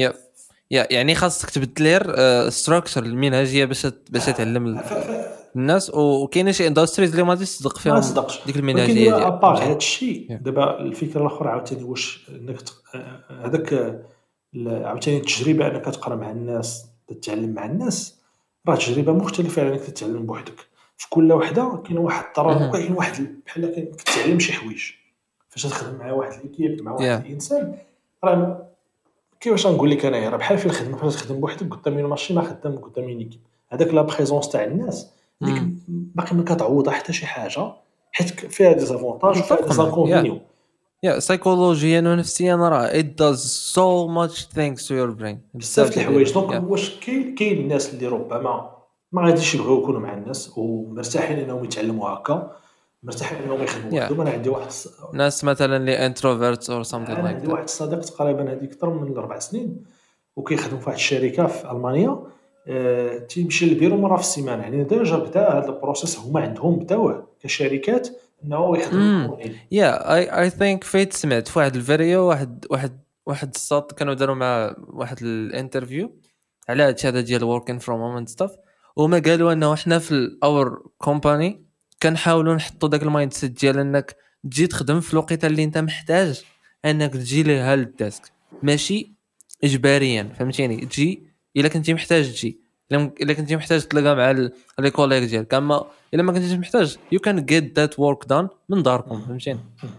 يعني خاصك تبدلير ستراكشر المنهجيه باش تعلم الناس وكاين شي اندستريز اللي ما تصدق فيهم ديك المنهجيه ديال ابار هذا الشيء. دابا الفكره الاخرى عاوتاني واش انك هذاك عاوتاني التجربه انك تقرا مع الناس تتعلم مع الناس راه تجربه مختلفه على انك تتعلم بوحدك. في كل وحده كاين واحد الطرف وكاين واحد بحال كتعلم شي حوايج فاش تخدم مع واحد ليكيب مع واحد الانسان راه كيفاش نقول لك انايا راه بحال في الخدمه فاش تخدم بوحدك قدام ماشي ما خدام قدام ليكيب هذاك لا بريزونس تاع الناس ديك باقي ما كتعوض حتى شي حاجه حيت فيها دي زافونتاج وفيها دي زانكونفينيون سايكولوجيا ونفسيا راه it does so much thanks to your brain بزاف د الحوايج. دونك واش كاين الناس اللي ربما ما غاديش يبغيو يكونوا مع الناس ومرتاحين انهم يتعلموا هكا مرتاحين انهم يخدموا وحدهم. انا عندي واحد ناس مثلا اللي انتروفيرت اور something like that. عندي واحد الصديق تقريبا هذيك اكثر من 4 سنين وكيخدم في واحد الشركه في المانيا تيمشي للبيرو مره في السيمانه يعني ديجا بدا هذا البروسيس هما عندهم بداوه كشركات انه يخدموا اي ثينك فيت سمعت في واحد الفيديو واحد الصوت كانوا داروا مع واحد الانترفيو على هذا ديال working from home and stuff وما قالوا انه احنا في الاور كومباني كنحاولوا نحطوا داك المايند سيت ديال انك تجي تخدم في الوقت اللي انت محتاج انك تجي لها للديسك ماشي اجباريا فهمتيني تجي الا كنتي محتاج تجي الا كنتي محتاج تلقى مع لي كوليك ديالك اما الا ما كنتيش محتاج you can get that work done من داركم فهمتيني.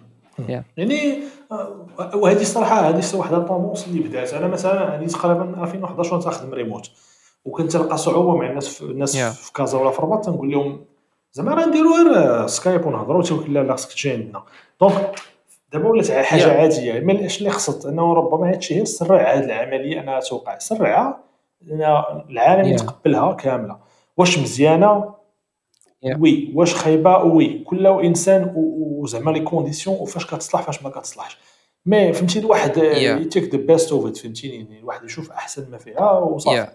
يعني وهذه الصراحه هذه واحده الطموس اللي بدات انا مثلا هذه تقريبا 2011 وانا تخدم ريموت وكنت نلقى صعوبه مع الناس في كازا ولا في الرباط تنقول لهم زعما راه نديروا غير سكايب ونهضروا تيقول لا خصك تجي عندنا. دونك دابا ولات حاجه عاديه ما اش اللي خصت انه ربما هذا الشيء سرع هذه العمليه انها توقع سرعها لان العالم يتقبلها كامله. واش مزيانه وي واش خايبه وي كل انسان وزعما لي كونديسيون وفاش كتصلح فاش ما كتصلحش مي فهمتي الواحد Yeah. يتيك ذا بيست اوف ات فهمتيني يعني الواحد يشوف احسن ما فيها وصافي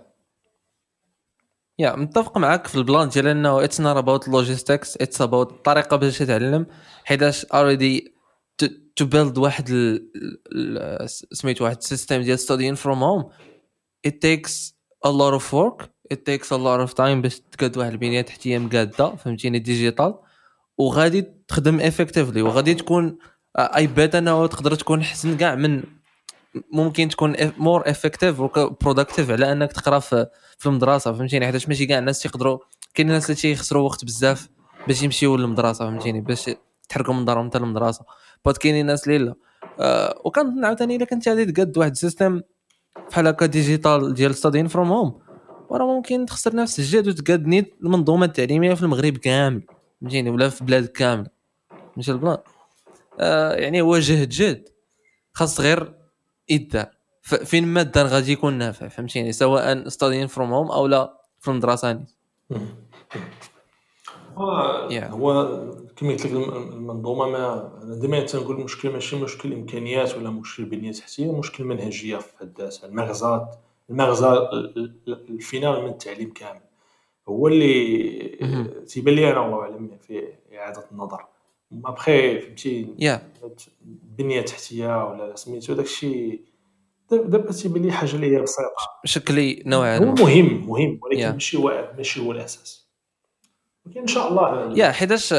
يا متفق معك في البلان ديال انه اتس نوت اباوت لوجيستكس اتس اباوت الطريقه باش تتعلم حيتاش اوريدي تو بيلد واحد سميت واحد سيستم ديال ستادين فروم هوم it takes a lot of work it takes a lot of time باش تقاد واحد البنيه تحتيه مقاده فهمتيني ديجيتال وغادي تخدم افكتيفلي وغادي تكون اي بيت انه تقدر تكون حسن كاع من ممكن تكون مور افكتيف وبروداكتيف على انك تقرا في المدرسه فهمتيني حيت ماشي كاع الناس يقدروا كاين الناس اللي تيخسروا وقت بزاف باش يمشيو للمدرسه فهمتيني باش تحركوا من دارهم حتى للمدرسه بات كاينين الناس اللي لا وكنظن عاوتاني الا كنت غادي تقاد واحد السيستم بحال هكا ديجيتال ديال ستادين فروم هوم وراه ممكن تخسر نفس الجهد وتقاد نيت المنظومه التعليميه في المغرب كامل فهمتيني ولا في بلاد كامل ماشي البلان يعني هو جهد خاص غير يدار فين ما دار غادي يكون نافع فهمتيني سواء ستادين فروم هوم او لا في المدرسه هو كما قلت لك المنظومه ما دائما تنقول المشكل ماشي مشكل امكانيات ولا مشكل بنيه تحتيه مشكل منهجيه في حد ذاتها المغزى الفينال من التعليم كامل هو اللي تيبان لي انا والله اعلم في اعاده النظر ما بخي فهمتي البنيه التحتيه ولا سميتو داكشي دابا تيبان لي حاجه اللي هي بسيطه شكلي نوعا هو مهم ولكن ماشي هو الاساس ولكن ان شاء الله حيتاش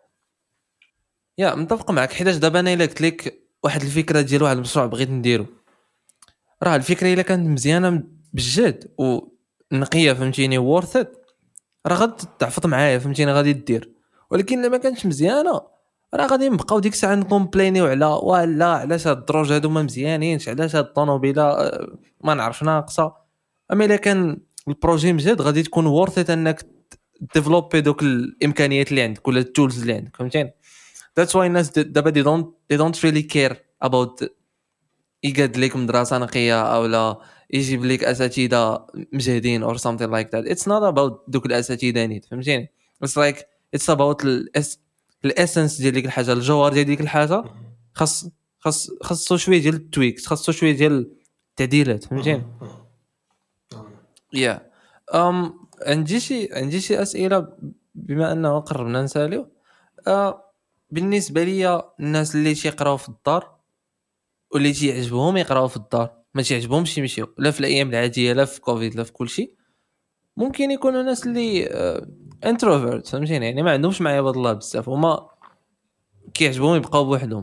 متفق معك حيتاش دابا انا الا قلت لك واحد الفكره ديال واحد المشروع بغيت نديرو راه الفكره الا كانت مزيانه بجد ونقيه فهمتيني وورثت راه غادي تعفط معايا فهمتيني غادي دير ولكن الا ما كانتش مزيانه راه غادي نبقاو ديك الساعه نكومبلينيو على ولا علاش هاد الدروج هادو ما مزيانينش علاش هاد الطوموبيله ما نعرفش ناقصه اما الا كان البروجي مجد غادي تكون وورثت انك ديفلوبي دوك الامكانيات اللي عندك ولا التولز اللي عندك فهمتيني that's why الناس دابا they don't really care about يقاد لك مدرسه نقيه او لا يجيب لك اساتذه مجهدين or something like that it's not about دوك الاساتذه نيت فهمتيني it's like it's about الاسنس ديال ديك الحاجه الجوهر ديال ديك الحاجه خاصو شويه ديال التويكس خاصو شويه ديال التعديلات فهمتيني عندي شي اسئله بما انه قربنا نساليو بالنسبه لي الناس اللي تيقراو في الدار واللي تيعجبهم يقراو في الدار ما تيعجبهمش يمشيو لا في الايام العاديه لا في كوفيد لا في كل شيء ممكن يكونوا ناس اللي انتروفيرت فهمتيني يعني ما عندهمش معايا بهاد الله بزاف وما كيعجبهم يبقاو بوحدهم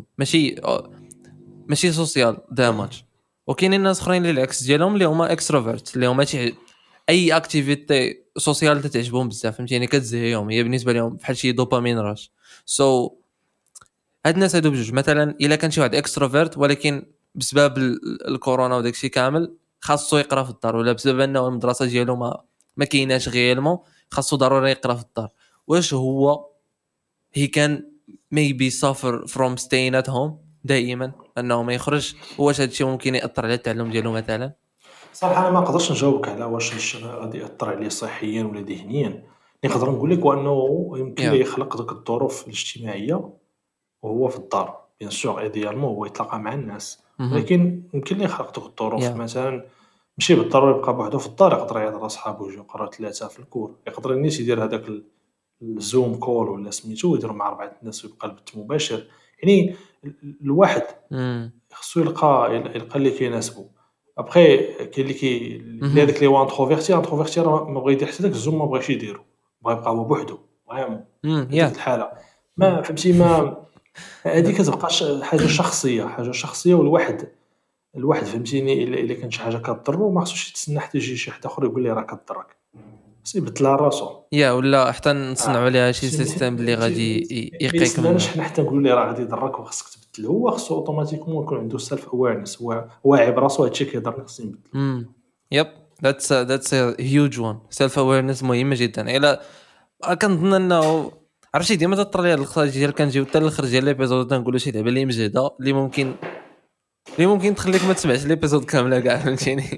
ماشي سوسيال دامج وكاينين ناس اخرين اللي العكس ديالهم اللي هما اكستروفيرت اللي هما اي اكتيفيتي سوسيال تعجبهم بزاف فهمتيني كتزهيهم هي بالنسبه لهم بحال شي دوبامين راش هاد الناس هادو بجوج مثلا الا كان شي واحد اكستروفيرت ولكن بسبب الكورونا وداكشي كامل خاصو يقرا في الدار ولا بسبب انه المدرسه ديالو ما كايناش غيالمون خاصو ضروري يقرا في الدار واش هو he can maybe suffer from staying at home دائما انه ما يخرج واش هادشي ممكن ياثر على التعلم ديالو مثلا صراحه انا ما نقدرش نجاوبك على واش الشيء غادي ياثر عليه صحيا ولا ذهنيا نقدر نقول لك انه يمكن ليه يخلق ديك الظروف الاجتماعيه وهو في الدار بيان سور ايديالمون هو يتلاقى مع الناس ولكن يمكن ليه يخلق ديك الظروف مثلا ماشي بالضروره يبقى بوحدو في الدار يقدر يهضر مع صحابو يجيو يقراو 3 في الكور يقدر الناس يدير هذاك الزوم كول ولا سميتو يديروا مع 4 الناس ويبقى البث مباشر يعني الواحد خصو يلقى اللي كيناسبو ابخي كاين اللي هذاك اللي هو انتروفيرتي ما بغى يدير حتى داك الزوم ما بغاش يديرو بغا يبقى هو بوحدو فريمون هذيك الحاله ما فهمتي ما هذه كتبقى حاجه شخصيه والواحد فهمتيني الا كان شي حاجه كضرو ما خصوش يتسنى حتى يجي شي حد اخر يقول ليه راه كضرك خصو يبدل راسو ولا حتى نصنعوا ليها شي سيستم اللي غادي يقيك منه حنا حتى نقولوا ليه راه غادي يضرك وخصك تبدل هو خصو اوتوماتيكمون يكون عنده سيلف اويرنس هو واعي براسو هادشي كيضرني خصني نبدل that's a huge one self awareness مهمه جدا الا كنظن انه عرفتي ديما تطر لي هاد اللقطه ديال كنجيو حتى الاخر ديال ليبيزود نقولوا شي لعبه اللي مجهده اللي ممكن تخليك ما تسمعش ليبيزود كامله كاع فهمتيني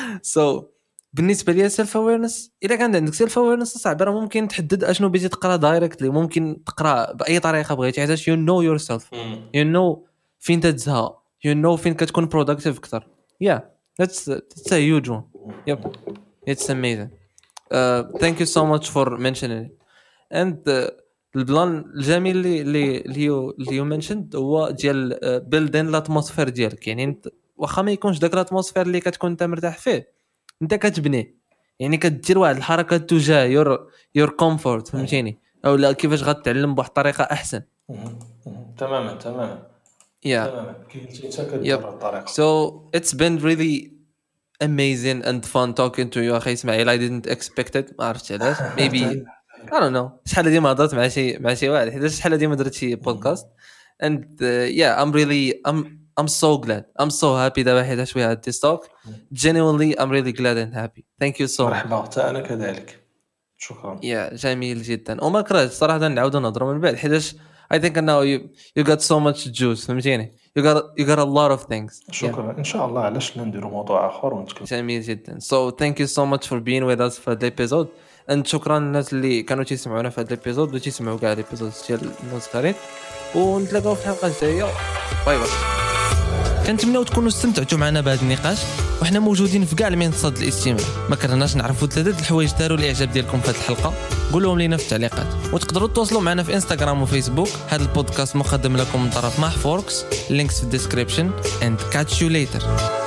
بالنسبه لي سيلف اويرنس الا كان عندك سيلف اويرنس صعب راه ممكن تحدد اشنو بغيتي تقرا دايركتلي ممكن تقرا باي طريقه بغيتي حيت يو نو يور سيلف يو نو فين تتزها you know فين كتكون productive اكثر. Yeah, that's a huge one. Yep, it's amazing. Thank you so much for mentioning it. And البلان الجميل اللي you mentioned هو ديال building الاتموسفير ديالك. يعني انت واخا ما يكونش داك الاتموسفير اللي كتكون انت مرتاح فيه انت كتبنيه، يعني كدير واحد الحركات تجاه your comfort، فهمتيني؟ او لا كيفاش غتعلم بواحد الطريقه احسن. تماما Yeah. تماما كاين حتى كدير الطريقه. So it's been really amazing and fun talking to you اخي اسماعيل. I didn't expect it. ما عرفتش علاش. Maybe I don't know. شحال هادي ما هضرت مع شي واحد حيت شحال هادي ما درت شي بودكاست. And yeah, I'm so glad. I'm so happy دابا حيت شويه هاد this talk. Genuinely I'm really glad and happy. Thank you so much. مرحبا حتى انا كذلك. شكرا. Yeah, جميل جدا. وما كرهتش صراحه نعاودو نهضروا من بعد حيت I think now you got so much juice، فهمتيني؟ You got a lot of things. شكرا. ان شاء الله علاش نديروا موضوع اخر ونتكلم. جميل جدا. So thank you so much for being with us في هذا الابيزود. and شكرا للناس اللي كانوا تيسمعونا في هذا الابيزود وتيسمعوا كاع الابيزود ديال النوز خريط، ونتلاقاو في الحلقه الجايه. باي باي. كنتمنوا تكونوا استمتعتوا معنا بهذا النقاش، وحنا موجودين في كاع المنصات الاستماع. ما كرهناش نعرفوا 3 الحوايج داروا الاعجاب ديالكم في هذه الحلقه، قولوهم لينا في التعليقات. وتقدروا تواصلوا معنا في انستغرام وفيسبوك. هذا البودكاست مقدم لكم من طرف محفوركس، لينكس في الديسكريبشن. and catch you later.